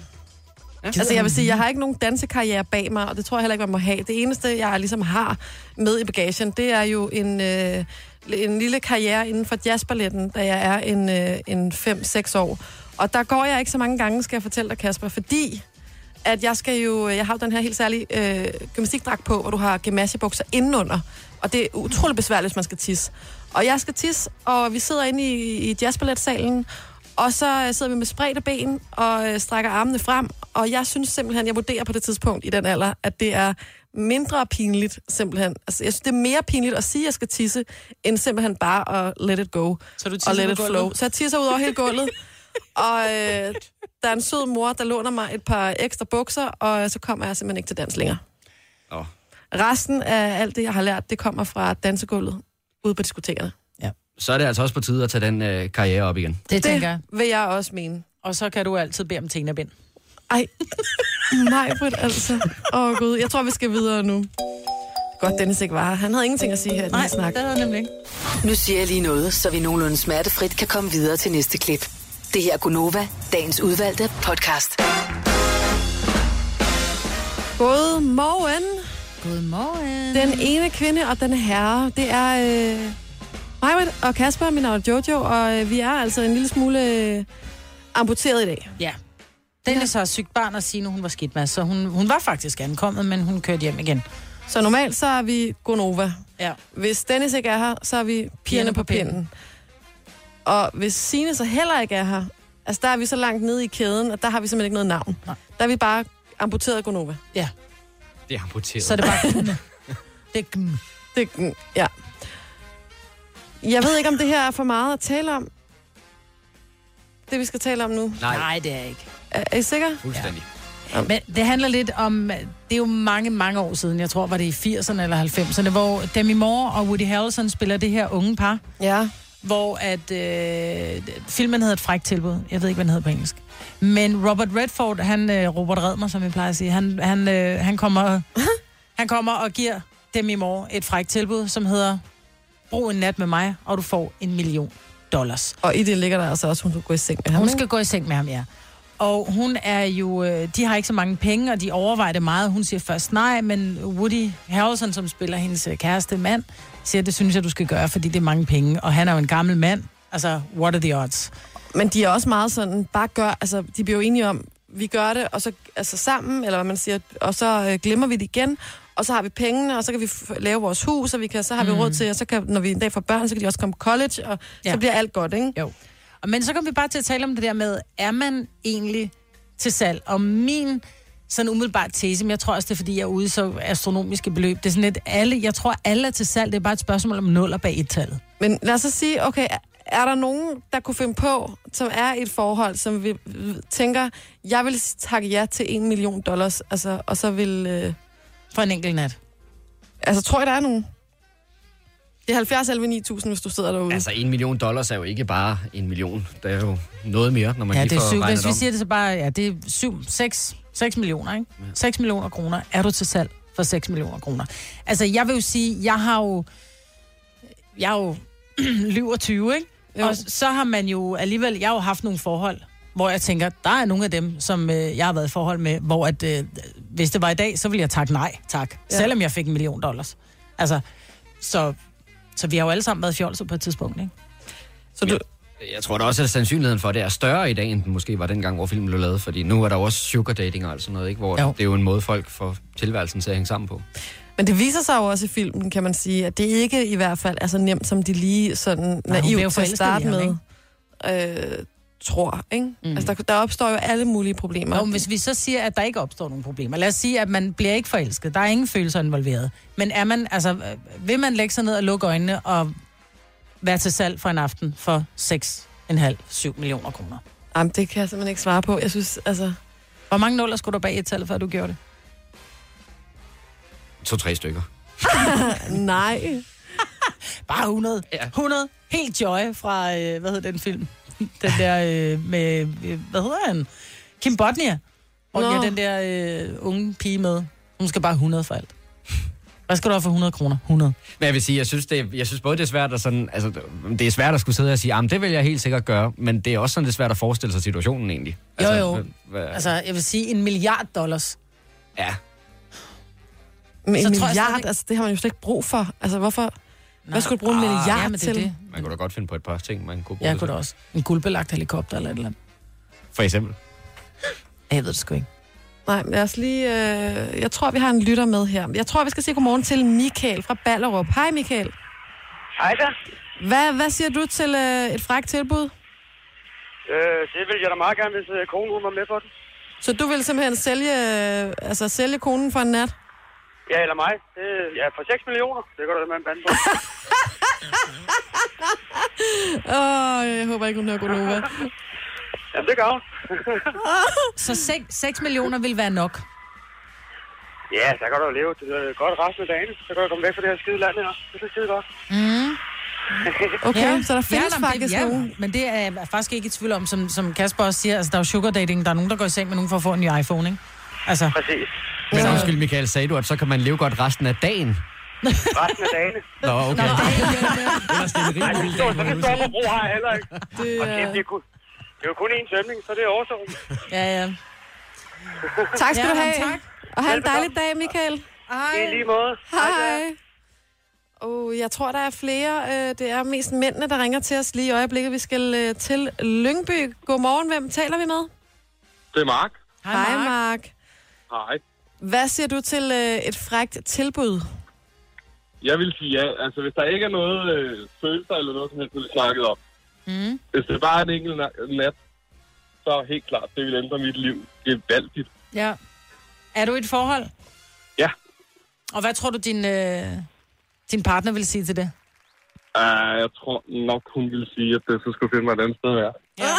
S2: Altså, jeg vil sige, jeg har ikke nogen dansekarriere bag mig, og det tror jeg heller ikke, man må have. Det eneste, jeg ligesom har med i bagagen, det er jo en, øh, en lille karriere inden for jazzballetten, da jeg er en, øh, en fem seks år. Og der går jeg ikke så mange gange, skal jeg fortælle dig, Kasper, fordi at jeg skal jo, jeg har jo den her helt særlige øh, gymnastikdragt på, hvor du har gymnasiebukser indenunder. Og det er utroligt besværligt, hvis man skal tisse. Og jeg skal tisse, og vi sidder inde i, i jazzballetsalen, og så sidder vi med spredte ben og øh, strækker armene frem. Og jeg synes simpelthen, jeg vurderer på det tidspunkt i den alder, at det er mindre pinligt simpelthen. Altså, jeg synes, det er mere pinligt at sige, at jeg skal tisse, end simpelthen bare at let it go.
S1: Så du
S2: og
S1: tisser
S2: let
S1: på
S2: it
S1: gulvet?
S2: flow. Så jeg tisser ud over hele gulvet. Og øh, der er en sød mor, der låner mig et par ekstra bukser, og så kommer jeg simpelthen ikke til dans længere.
S3: Oh.
S2: Resten af alt det, jeg har lært, det kommer fra dansegulvet ude på diskotekerne.
S3: Så er det altså også på tide at tage den øh, karriere op igen.
S1: Det tænker jeg.
S2: Det vil jeg også mene.
S1: Og så kan du altid bede om Tina Bind.
S2: Ej, nej, Britt, altså. Åh, oh, Gud. Jeg tror, vi skal videre nu. Godt, Dennis ikke var. Han havde ingenting at sige her i den
S1: Nej,
S2: her snak.
S1: det havde jeg nemlig ikke.
S4: Nu siger jeg lige noget, så vi nogenlunde smertefrit kan komme videre til næste klip. Det her er Gunova, dagens udvalgte podcast.
S2: God morgen.
S1: Godmorgen.
S2: Den ene kvinde og den herre, det er øh, Majbrit og Kasper, min navn er Jojo, og øh, vi er altså en lille smule øh, amputeret i dag.
S1: Ja. Dennis har sygt barn, og Signe, hun var skidt med, så hun, hun var faktisk ankommet, men hun kørte hjem igen.
S2: Så normalt så er vi Gonova.
S1: Ja.
S2: Hvis Dennis ikke er her, så er vi pigerne på pinden. Og hvis Signe så heller ikke er her, altså der er vi så langt nede i kæden, at der har vi simpelthen ikke noget navn.
S1: Nej.
S2: Der er vi bare amputeret Gonova.
S1: Ja.
S3: Det er amputeret.
S1: Så er det bare... det er...
S2: Det, mm, ja. Jeg ved ikke, om det her er for meget at tale om. Det, vi skal tale om nu.
S3: Nej,
S1: Nej, det er ikke.
S2: Er, er I sikre?
S3: fuldstændig.
S1: Men det handler lidt om, det er jo mange, mange år siden, jeg tror, var det i firserne eller halvfemserne, hvor Demi Moore og Woody Harrelson spiller det her unge par,
S2: Ja.
S1: hvor at øh, filmen hedder Et frækt tilbud. Jeg ved ikke, hvad den hedder på engelsk. Men Robert Redford, han, øh, Robert Redmer, som jeg plejer at sige, han, han, øh, han, kommer, han kommer og giver Demi Moore et frækt tilbud, som hedder, brug en nat med mig, og du får en million dollars.
S2: Og i det ligger der altså også, hun skal gå i seng med ham.
S1: Hun
S2: ikke?
S1: skal gå i seng med ham, ja. Og hun er jo, øh, de har ikke så mange penge, og de overvejer det meget. Hun siger først nej, men Woody Harrelson, som spiller hendes kæreste mand, siger, det synes jeg, du skal gøre, fordi det er mange penge. Og han er jo en gammel mand. Altså, what are the odds?
S2: Men de er også meget sådan, bare gør, altså de bliver jo enige om, vi gør det, og så altså sammen, eller hvad man siger, og så øh, glemmer vi det igen, og så har vi pengene, og så kan vi f- lave vores hus, og vi kan, så har mm. vi råd til, og så kan, når vi en dag får børn, så kan de også komme på college, og ja. Så bliver alt godt, ikke?
S1: Jo. Men så kommer vi bare til at tale om det der med, er man egentlig til salg? Og min sådan umiddelbart tese, men jeg tror også, det er, fordi jeg er ude i så astronomiske beløb. Det er sådan lidt, alle, jeg tror, alle er til salg. Det er bare et spørgsmål om nuller bag et-tallet.
S2: Men lad os så sige, okay, er der nogen, der kunne finde på, som er i et forhold, som vi tænker, jeg vil takke ja til en million dollars, altså, og så vil... Øh...
S1: For en enkelt nat.
S2: Altså, tror jeg, der er nogen? Det er halvfjerds elleve ni tusind, hvis du sidder derude.
S3: Altså, en million dollars er jo ikke bare en million. Det er jo noget mere, når man
S1: Ja,
S3: lige
S1: det er
S3: får
S1: syv.
S3: regnet
S1: Hvis vi
S3: om.
S1: siger det så bare, ja, det er syv, seks, seks millioner, ikke?
S3: Ja.
S1: seks millioner kroner. Er du til salg for seks millioner kroner? Altså, jeg vil jo sige, jeg har jo, jeg er jo lyver tyve, ikke?
S2: Jo.
S1: Og så har man jo alligevel, jeg har jo haft nogle forhold, hvor jeg tænker, der er nogle af dem, som øh, jeg har været i forhold med, hvor at, øh, hvis det var i dag, så ville jeg takke nej, tak.
S2: Ja.
S1: Selvom jeg fik en million dollars. Altså, så, så vi har jo alle sammen været fjolset på et tidspunkt, ikke?
S2: Så du,
S3: Jeg tror da også, at sandsynligheden for det er større i dag, end den måske var dengang, hvor filmen blev lavet. Fordi nu er der også sugar dating og alt sådan noget, ikke? Hvor jo. Det er jo en måde, folk får tilværelsen til at hænge sammen på.
S2: Men det viser sig jo også i filmen, kan man sige, at det ikke i hvert fald er så nemt, som de lige sådan naivt til at starte med øh, tror, ikke? Mm. Altså, der, der opstår jo alle mulige problemer.
S1: Jo, hvis vi så siger, at der ikke opstår nogen problemer. Lad os sige, at man bliver ikke forelsket. Der er ingen følelser involveret. Men er man, altså, vil man lægge sig ned og lukke øjnene og være til salg for en aften for seks komma fem til syv millioner kroner?
S2: Jamen, det kan jeg simpelthen ikke svare på. Jeg synes, altså...
S1: Hvor mange nuller skulle du bag et tal, før du gjorde det?
S3: To-tre stykker.
S2: Nej.
S1: Bare hundrede.
S3: Ja.
S1: hundrede. Helt Joy fra, øh, hvad hedder den film? Den der øh, med, øh, hvad hedder han? Kim Bodnia. Og
S2: Nå.
S1: ja, den der øh, unge pige med. Hun skal bare hundrede for alt. Hvad skal du have for hundrede kroner? hundrede.
S3: Men jeg vil sige, jeg synes, det er, jeg synes både, det er svært at sådan, altså, det er svært at skulle sidde og sige, jamen, det vil jeg helt sikkert gøre, men det er også sådan, det er svært at forestille sig situationen egentlig.
S1: Jo,
S3: Altså,
S1: jo.
S3: Hvad, hvad,
S1: Altså, jeg vil sige en milliard dollars.
S3: ja.
S2: Men
S1: Så
S2: en
S1: tror jeg
S2: milliard,
S1: stadigvæk-
S2: altså, det har man jo slet ikke brug for. Altså, hvorfor?
S1: Nej.
S2: Hvad skulle du bruge en
S3: Ah,
S2: milliard
S1: ja, men det er
S2: til?
S1: det.
S3: Man kunne da godt finde på et par ting, man kunne bruge
S1: Jeg
S3: det
S1: kunne
S3: til.
S1: da også. En guldbelagt helikopter eller et eller andet.
S3: For eksempel.
S1: Jeg ved det sgu ikke.
S2: Nej, lad os lige... Øh, jeg tror, vi har en lytter med her. Jeg tror, vi skal sige godmorgen til Michael fra Ballerup. Hej, Michael.
S6: Hej da.
S2: Hvad, hvad siger du til øh, et frækt tilbud?
S6: Øh, det vil jeg da meget gerne, hvis øh, konen hun var med på det.
S2: Så du vil simpelthen sælge, øh, altså, sælge konen for en nat?
S6: Ja, eller mig. Det, ja, for seks millioner. Det går da med en bande på.
S2: Åh, oh, jeg håber ikke, hun hører Gonova.
S6: Jamen, det gør hun.
S1: Så seks millioner vil være nok.
S6: Ja, der kan du jo leve det er godt resten af dagen. Så kan du komme væk fra det her skide land her. Det er skide godt.
S1: Mm.
S2: Okay, ja. Så der findes
S1: ja,
S2: faktisk
S1: det, ja,
S2: nogen.
S1: men det er jeg faktisk ikke i tvivl om, som, som Kasper også siger. Altså, der er jo sugar dating. Der er nogen, der går i seng med nogen for at få en ny iPhone, ikke? Altså.
S6: Præcis.
S3: Men
S2: Ja.
S3: undskyld, Michael, sagde du, at så kan man leve godt resten af dagen?
S6: Resten af dagen.
S3: Nå, okay. Ellers det er en
S6: Nej,
S3: rimelig
S6: det
S3: vild
S6: står
S3: dag,
S6: så
S3: må
S6: det
S3: jeg
S6: står
S3: sige.
S6: på bro har jeg heller ikke.
S2: Det,
S6: Og
S2: øh...
S6: kæft, det er kun, det er jo kun én tømning, så det er overstået.
S1: Ja, ja.
S2: Tak skal
S1: Ja,
S2: du have.
S1: tak.
S2: Og have en dejlig dag, Michael.
S6: I lige måde.
S2: Hej. Oh, jeg tror, der er flere. Øh, Det er mest mændene, der ringer til os lige i øjeblikket. Vi skal øh, til Lyngby. Godmorgen. Hvem taler vi med?
S8: Det er Mark.
S2: Hej, Mark.
S8: Hej.
S2: Hvad siger du til øh, et frækt tilbud?
S8: Jeg vil sige ja. Altså, hvis der ikke er noget øh, følelser eller noget, som helst, vi snakket om.
S1: Mm.
S8: Hvis det bare er en enkelt na- nat, så helt klart, det vil ændre mit liv. Det er valgtigt.
S1: Ja. Er du i et forhold?
S8: Ja.
S1: Og hvad tror du, din, øh, din partner vil sige til det?
S8: Uh, jeg tror nok, hun vil sige, at det så skulle finde mig et andet sted at være.
S1: Ja.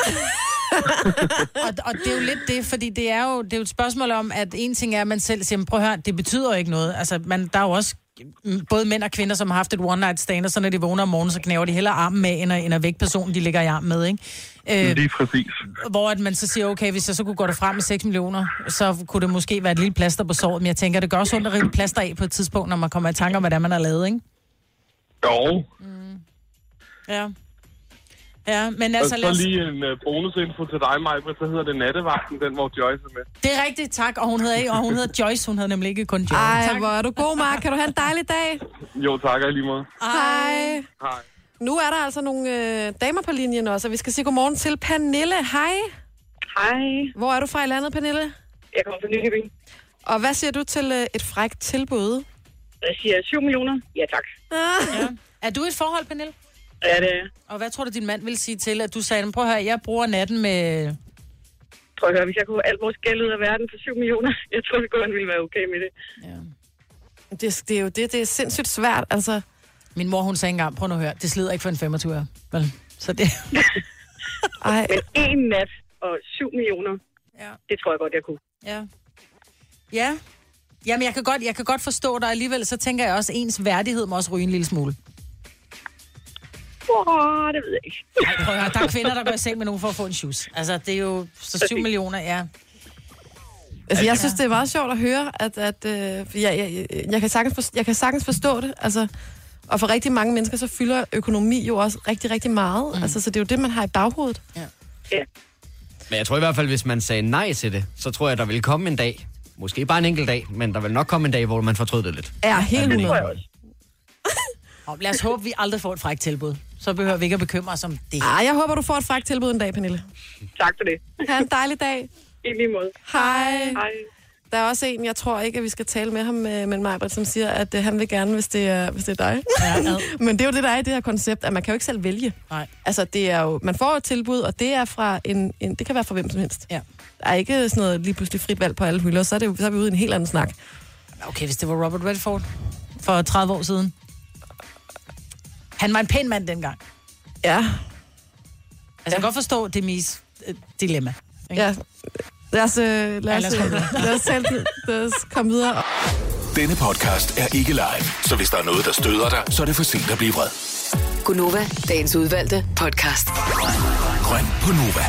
S1: og, og det er jo lidt det, fordi det er jo, det er jo et spørgsmål om, at en ting er, at man selv siger, prøv at høre, det betyder jo ikke noget. Altså, man, der er jo også både mænd og kvinder, som har haft et one-night stand, og så når de vågner om morgenen, så knæver de hellere armen med, end at, end at vække personen, de ligger i armen med, ikke? Øh,
S8: Lige præcis.
S1: hvor at man så siger, okay, hvis jeg så kunne gå derfra med seks millioner, så kunne det måske være et lille plaster på såret, men jeg tænker, det gør også ondt at rive plaster af på et tidspunkt, når man kommer i tanke om, hvad det er, man har lavet, ikke?
S8: Jo.
S1: Mm. Ja. Ja, men
S8: Og
S1: altså...
S8: så
S1: lad os-
S8: lige en uh, bonusinfo til dig, Maja, så hedder det Nattevagten, den hvor Joyce er med.
S1: Det er rigtigt, tak. Og hun hedder, ikke, og hun hedder Joyce, hun hedder nemlig ikke kun Joyce.
S2: Ej,
S1: tak.
S2: hvor er du god, Mark. Kan du have en dejlig dag?
S8: Jo, tak, og i lige måde.
S2: Hej.
S8: Hej.
S2: Nu er der altså nogle øh, damer på linjen også, og vi skal sige godmorgen til Pernille. Hej.
S7: Hej.
S2: Hvor er du fra i landet, Pernille?
S7: Jeg kommer fra Nykøbing.
S2: Og hvad siger du til øh, et frækt tilbud?
S7: Jeg siger syv millioner. Ja, tak.
S2: Ah.
S1: Ja. Er du i et forhold, Pernille?
S7: Ja, det er jeg.
S1: Og hvad tror du, din mand vil sige til, at du sagde, prøv at høre, jeg bruger natten med...
S7: Prøv at høre, hvis jeg kunne få alt vores gæld ud af verden for syv millioner, jeg tror, vi godt ville være okay med det.
S1: Ja.
S2: Det, det er jo det, det er sindssygt svært, altså.
S1: Min mor, hun sagde engang, prøv nu at høre, det slider ikke for en femogtyve år. Vel? Så det...
S2: Ej.
S7: Men en nat og syv millioner,
S1: ja.
S7: det tror jeg godt, jeg kunne.
S1: Ja. Ja. Jamen, jeg kan, godt, jeg kan godt forstå dig alligevel, så tænker jeg også, at ens værdighed må også ryge en lille smule.
S7: Åh, det ved jeg ikke.
S1: Ej, prøv at høre, der er kvinder, der går i seng med nogen for at få en shoes. Altså, det er jo så syv millioner, ja.
S2: Altså, jeg synes, det er meget sjovt at høre, at, at øh, jeg, jeg, jeg, kan sagtens forstå, jeg kan sagtens forstå det. Altså, og for rigtig mange mennesker, så fylder økonomi jo også rigtig, rigtig meget. Mm. Altså, så det er jo det, man har i baghovedet.
S1: Ja.
S7: Ja.
S3: Men jeg tror i hvert fald, hvis man sagde nej til det, så tror jeg, der vil komme en dag, måske bare en enkelt dag, men der vil nok komme en dag, hvor man fortrød det lidt.
S2: Er helt
S7: Det tror jeg
S2: hundrede.
S7: også.
S1: Og lad os håbe, vi aldrig får et frækt tilbud. så behøver vi ikke at bekymre os om det.
S2: Ah, jeg håber, du får et frakt tilbud en dag, Pernille.
S7: Tak for det.
S2: Ha' en dejlig dag.
S7: I lige måde.
S2: Hej.
S7: Hej.
S2: Der er også en, jeg tror ikke, at vi skal tale med ham, med Majbert, som siger, at uh, han vil gerne, hvis det er, hvis det er dig.
S1: Ja, ja.
S2: Men det er jo det, der er i det her koncept, at man kan jo ikke selv vælge.
S1: Nej.
S2: Altså, det er jo, man får et tilbud, og det er fra en, en det kan være fra hvem som helst.
S1: Ja.
S2: Der er ikke sådan noget lige pludselig frit valg på alle hylder, så er, det, så er vi ude i en helt anden snak.
S1: Okay, hvis det var Robert Redford for tredive år siden. Han var en pæn mand dengang.
S2: Ja.
S1: Altså, jeg kan godt forstå Demis øh, dilemma. Ikke?
S2: Ja. Lad os, øh, lad os,
S1: Ja, lad os komme
S2: øh, lad os, tale, lad os komme videre.
S5: Denne podcast er ikke live, så hvis der er noget, der støder dig, så er det for sent at blive vred.
S4: Gunova, dagens udvalgte podcast.
S5: Grøn på Nova.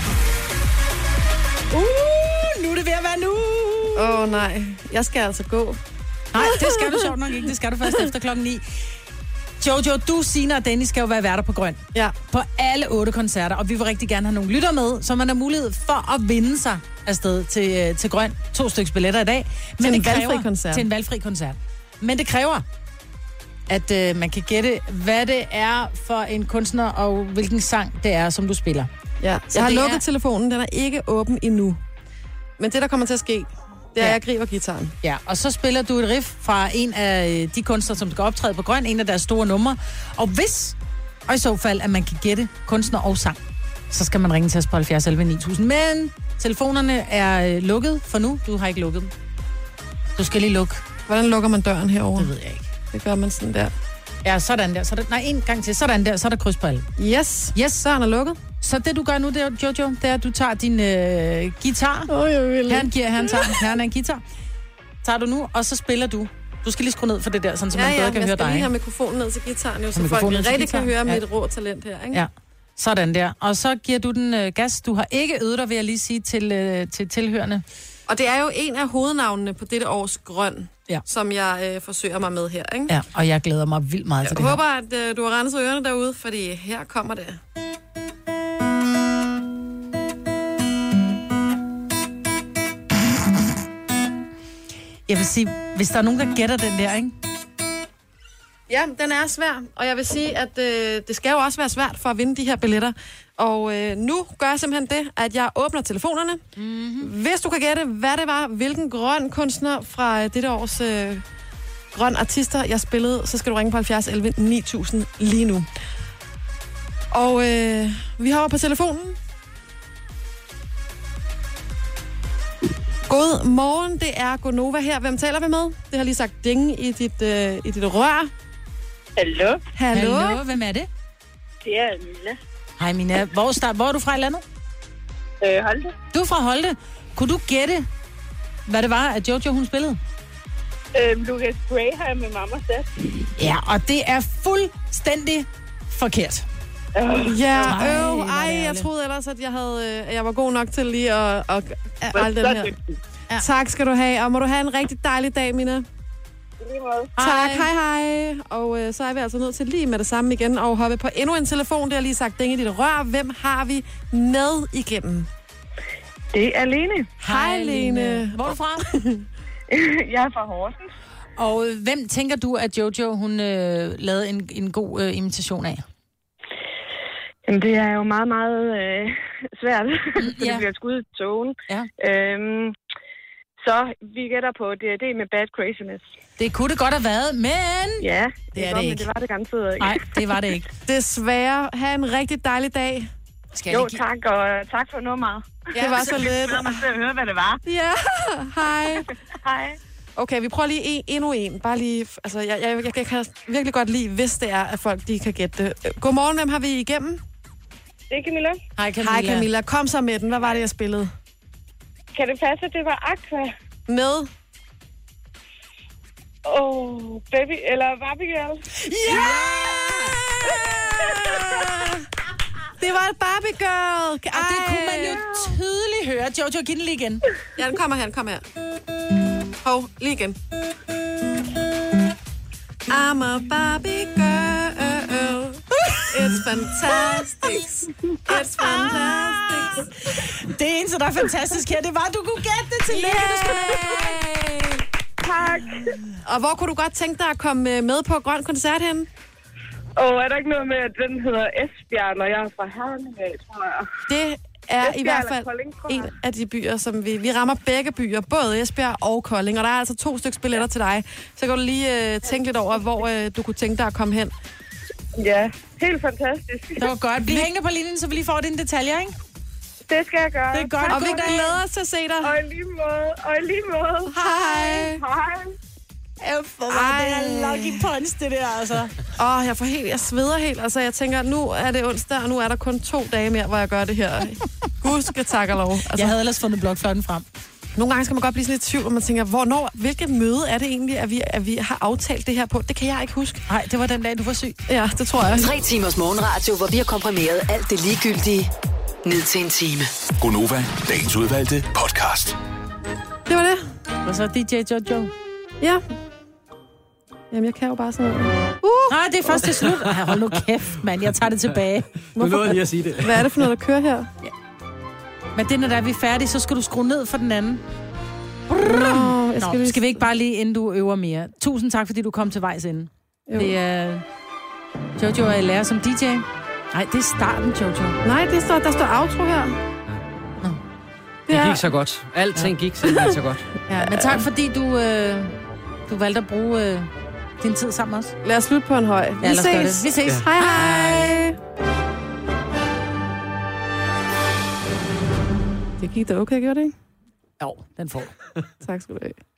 S1: Uh, nu er det ved at være nu.
S2: Åh oh, nej, jeg skal altså gå.
S1: Nej, det skal du sjovt nok ikke. Det skal du først efter klokken ni. Jojo, du, Signe og Dennis skal jo være værter på Grøn.
S2: Ja.
S1: På alle otte koncerter, og vi vil rigtig gerne have nogle lytter med, så man har mulighed for at vinde sig afsted til, til Grøn. To stykker billetter i dag. Men
S2: en
S1: det kræver,
S2: valgfri koncert.
S1: Til en valgfri koncert. Men det kræver, at øh, man kan gætte, hvad det er for en kunstner, og hvilken sang det er, som du spiller.
S2: Ja.
S1: Så
S2: Jeg har
S1: det
S2: lukket
S1: er-
S2: telefonen, den er ikke åben endnu. Men det, der kommer til at ske, det er,
S1: Ja.
S2: at jeg griber gitaren.
S1: Ja, og så spiller du et riff fra en af øh, de kunstnere, som skal optræde på Grøn, en af deres store numre. Og hvis, og i så fald, at man kan gætte kunstner og sang, så skal man ringe til os på halvfjerds elleve ni tusind. Men telefonerne er øh, lukket for nu. Du har ikke lukket dem. Du skal lige lukke.
S2: Hvordan lukker man døren herover?
S1: Det ved jeg ikke.
S2: Det gør man sådan der.
S1: Ja, sådan der. Så der nej, en gang til. Sådan der. Så er der kryds på alle.
S2: Yes,
S1: Yes.
S2: så er han er lukket.
S1: Så det, du gør nu, det er, Jojo, det er, at du tager din øh, guitar.
S2: Åh, jeg vil.
S1: Herren giver, herren tager. Herren er en guitar. Tager du nu, og så spiller du. Du skal lige skrue ned for det der, sådan, så
S2: Ja,
S1: man bedre
S2: ja,
S1: kan
S2: jeg
S1: høre
S2: skal
S1: dig.
S2: lige
S1: ikke?
S2: have mikrofonen ned til gitaren, jo, så folk
S1: mikrofonen ned til
S2: rigtig kan
S1: gitaren,
S2: høre
S1: ja.
S2: mit rå talent her, ikke?
S1: Ja, sådan der. Og så giver du den øh, gas. Du har ikke øvet dig, vil jeg lige sige til, øh, til tilhørende.
S2: Og det er jo en af hovednavnene på dette års Grøn,
S1: Ja.
S2: som jeg øh, forsøger mig med her, ikke?
S1: Ja, og jeg glæder mig vildt meget til
S2: Jeg
S1: det her.
S2: håber, at øh, du har renset ørerne derude, fordi her kommer det.
S1: Jeg vil sige, hvis der er nogen, der gætter den der, ikke?
S2: Ja, den er svær, og jeg vil sige, at øh, det skal jo også være svært for at vinde de her billetter. Og øh, nu gør jeg simpelthen det, at jeg åbner telefonerne. Mm-hmm. Hvis du kan gætte, hvad det var, hvilken grøn kunstner fra øh, dette års øh, grøn artister, jeg spillede, så skal du ringe på halvfjerds elleve ni tusind lige nu. Og øh, vi hopper på telefonen. God morgen, det er Gonova her. Hvem taler vi med? Det har lige sagt ding i dit, øh, i dit rør.
S7: Hallo,
S2: Hallo?
S1: Hallo, hvem er det?
S7: det er Mila.
S1: Hej Mina. Hvor, start, hvor er du fra i landet?
S7: Øh, hold det.
S1: Du er fra Holte. Kunne du gætte, hvad det var, at Jojo hun spillede?
S7: Øh, Lucas Graham med Mamma Sat.
S1: Ja, og det er fuldstændig forkert.
S2: Ja,
S1: Ej,
S2: øv.
S1: hvor er
S2: Ej,
S1: det
S2: jeg
S1: ærgerligt.
S2: troede ellers, at jeg, havde, øh, jeg var god nok til lige at, at, at
S7: Men
S2: holde
S7: så
S2: den her.
S7: dygtig.
S1: Ja.
S2: Tak skal du have, og må du have en rigtig dejlig dag, Mina.
S7: I lige måde.
S2: Tak, hej hej. Og øh, så er vi altså nødt til lige med det samme igen og hoppe på endnu en telefon. Det har lige sagt ding i dit rør. Hvem har vi med igennem?
S7: Det er Lene.
S2: Hej, Lene.
S1: Hvor er du fra?
S7: Jeg er fra Horsens.
S1: Og øh, hvem tænker du, at Jojo hun øh, lavede en, en god øh, imitation af?
S7: Jamen, det er jo meget, meget øh, svært, for
S1: ja.
S7: det bliver skud i togen.
S1: Ja.
S7: Øhm, så vi gætter på D R D med Bad Craziness.
S1: Det kunne det godt have været, men...
S7: Ja,
S1: Det er
S7: godt,
S1: det
S7: men
S1: ikke.
S7: det var det garanteret ikke.
S1: Nej, det var det ikke.
S2: Desværre. Ha' en rigtig dejlig dag.
S1: Skal jeg
S7: Jo,
S1: lige give-
S7: tak, og øh, tak for nummeret.
S2: Ja, det var så lidt.
S7: Jeg glæder mig til at høre, hvad det var.
S2: Ja, hej.
S7: Hej.
S2: Okay, vi prøver lige en, endnu en. Bare lige, altså, jeg, jeg, jeg, jeg kan virkelig godt lide, hvis det er, at folk de kan gætte det. Godmorgen, hvem har vi igennem?
S7: Det er Camilla.
S1: Hej Camilla.
S2: Hej Camilla, kom så med den. Hvad var det, jeg spillede?
S7: Kan det passe, at det var Aqua?
S2: Med?
S7: Åh, oh, baby, eller Barbie Girl?
S2: Ja! Det var et Barbie Girl.
S1: Og det kunne man jo tydeligt høre. Jojo, giv den lige igen.
S2: Ja, den kommer her, den kommer her. Hov, lige igen. I'm a Barbie girl. It's fantastic. It's fantastic.
S1: Det eneste, der er fantastisk her, det var, at du kunne gætte det til
S2: Yay!
S7: Tak.
S2: Og hvor kunne du godt tænke dig at komme med på Grøn Koncert henne?
S7: Og er der ikke noget med, at den hedder Esbjerg, og jeg er fra Herning af, tror jeg?
S2: Det er
S7: Esbjerg
S2: i hvert
S7: eller
S2: fald
S7: Kolding, tror jeg.
S2: en af de byer, som vi... Vi rammer begge byer, både Esbjerg og Kolding, og der er altså to stykker billetter til dig. Så kan du lige øh, tænke lidt over, hvor øh, du kunne tænke dig at komme hen.
S7: Ja, helt fantastisk.
S1: Det var godt. Bliv hængende på linjen, så vi lige får dine detaljer, ikke?
S7: Det skal jeg gøre.
S1: Det er godt.
S2: Og vi glæder os til at se dig.
S7: Og i lige måde. Og i lige måde.
S2: Hej.
S7: Hej.
S1: For mig, det er lucky punch, det der, altså.
S2: Åh, oh, jeg får helt, jeg sveder helt. Altså, jeg tænker, nu er det onsdag, og nu er der kun to dage mere, hvor jeg gør det her. Gud skal takke og lov. Altså,
S1: Jeg havde ellers fundet blokfløjten frem.
S2: nogle gange skal man godt blive sådan lidt i tvivl, og man tænker, hvornår, hvilket møde er det egentlig, at vi, at vi har aftalt det her på? Det kan jeg ikke huske.
S1: Nej, det var den dag, du var syg.
S2: Ja, det tror jeg.
S4: Tre timers morgenradio, hvor vi har komprimeret alt det ligegyldige ned til en time.
S5: Gonova, dagens udvalgte podcast.
S2: Det var det.
S1: Og så D J Jojo.
S2: Ja. Jamen, jeg kan jo bare sådan noget.
S1: Uh! Nej, det er først til slut. Ej, hold nu kæft, mand. Jeg tager det tilbage.
S9: Nu nåede jeg lige at sige det.
S2: Hvad er det for noget, der kører her?
S1: Ja. Men det, når der er vi er færdige, så skal du skrue ned for den anden.
S2: Nå, jeg
S1: Nå,
S2: skal, lige...
S1: skal vi ikke bare lige, inden du øver mere? Tusind tak, fordi du kom til vejs inde.
S2: Jo.
S1: Det er... Jojo er i lærer som D J. Nej, det er starten, Jojo.
S2: Nej, det står, der står outro her.
S1: Nå.
S3: Det gik så godt. Alting gik simpelthen så godt.
S1: Ja, men tak, fordi du, øh, du valgte at bruge øh, din tid sammen med os.
S2: Lad os slutte på en høj. Vi
S1: Ja, lad os gøre
S2: ses.
S1: det. Vi ses.
S2: Hej, hej. Det gik da okay, gjorde det ikke?
S1: Jo, den får.
S2: Tak skal du have.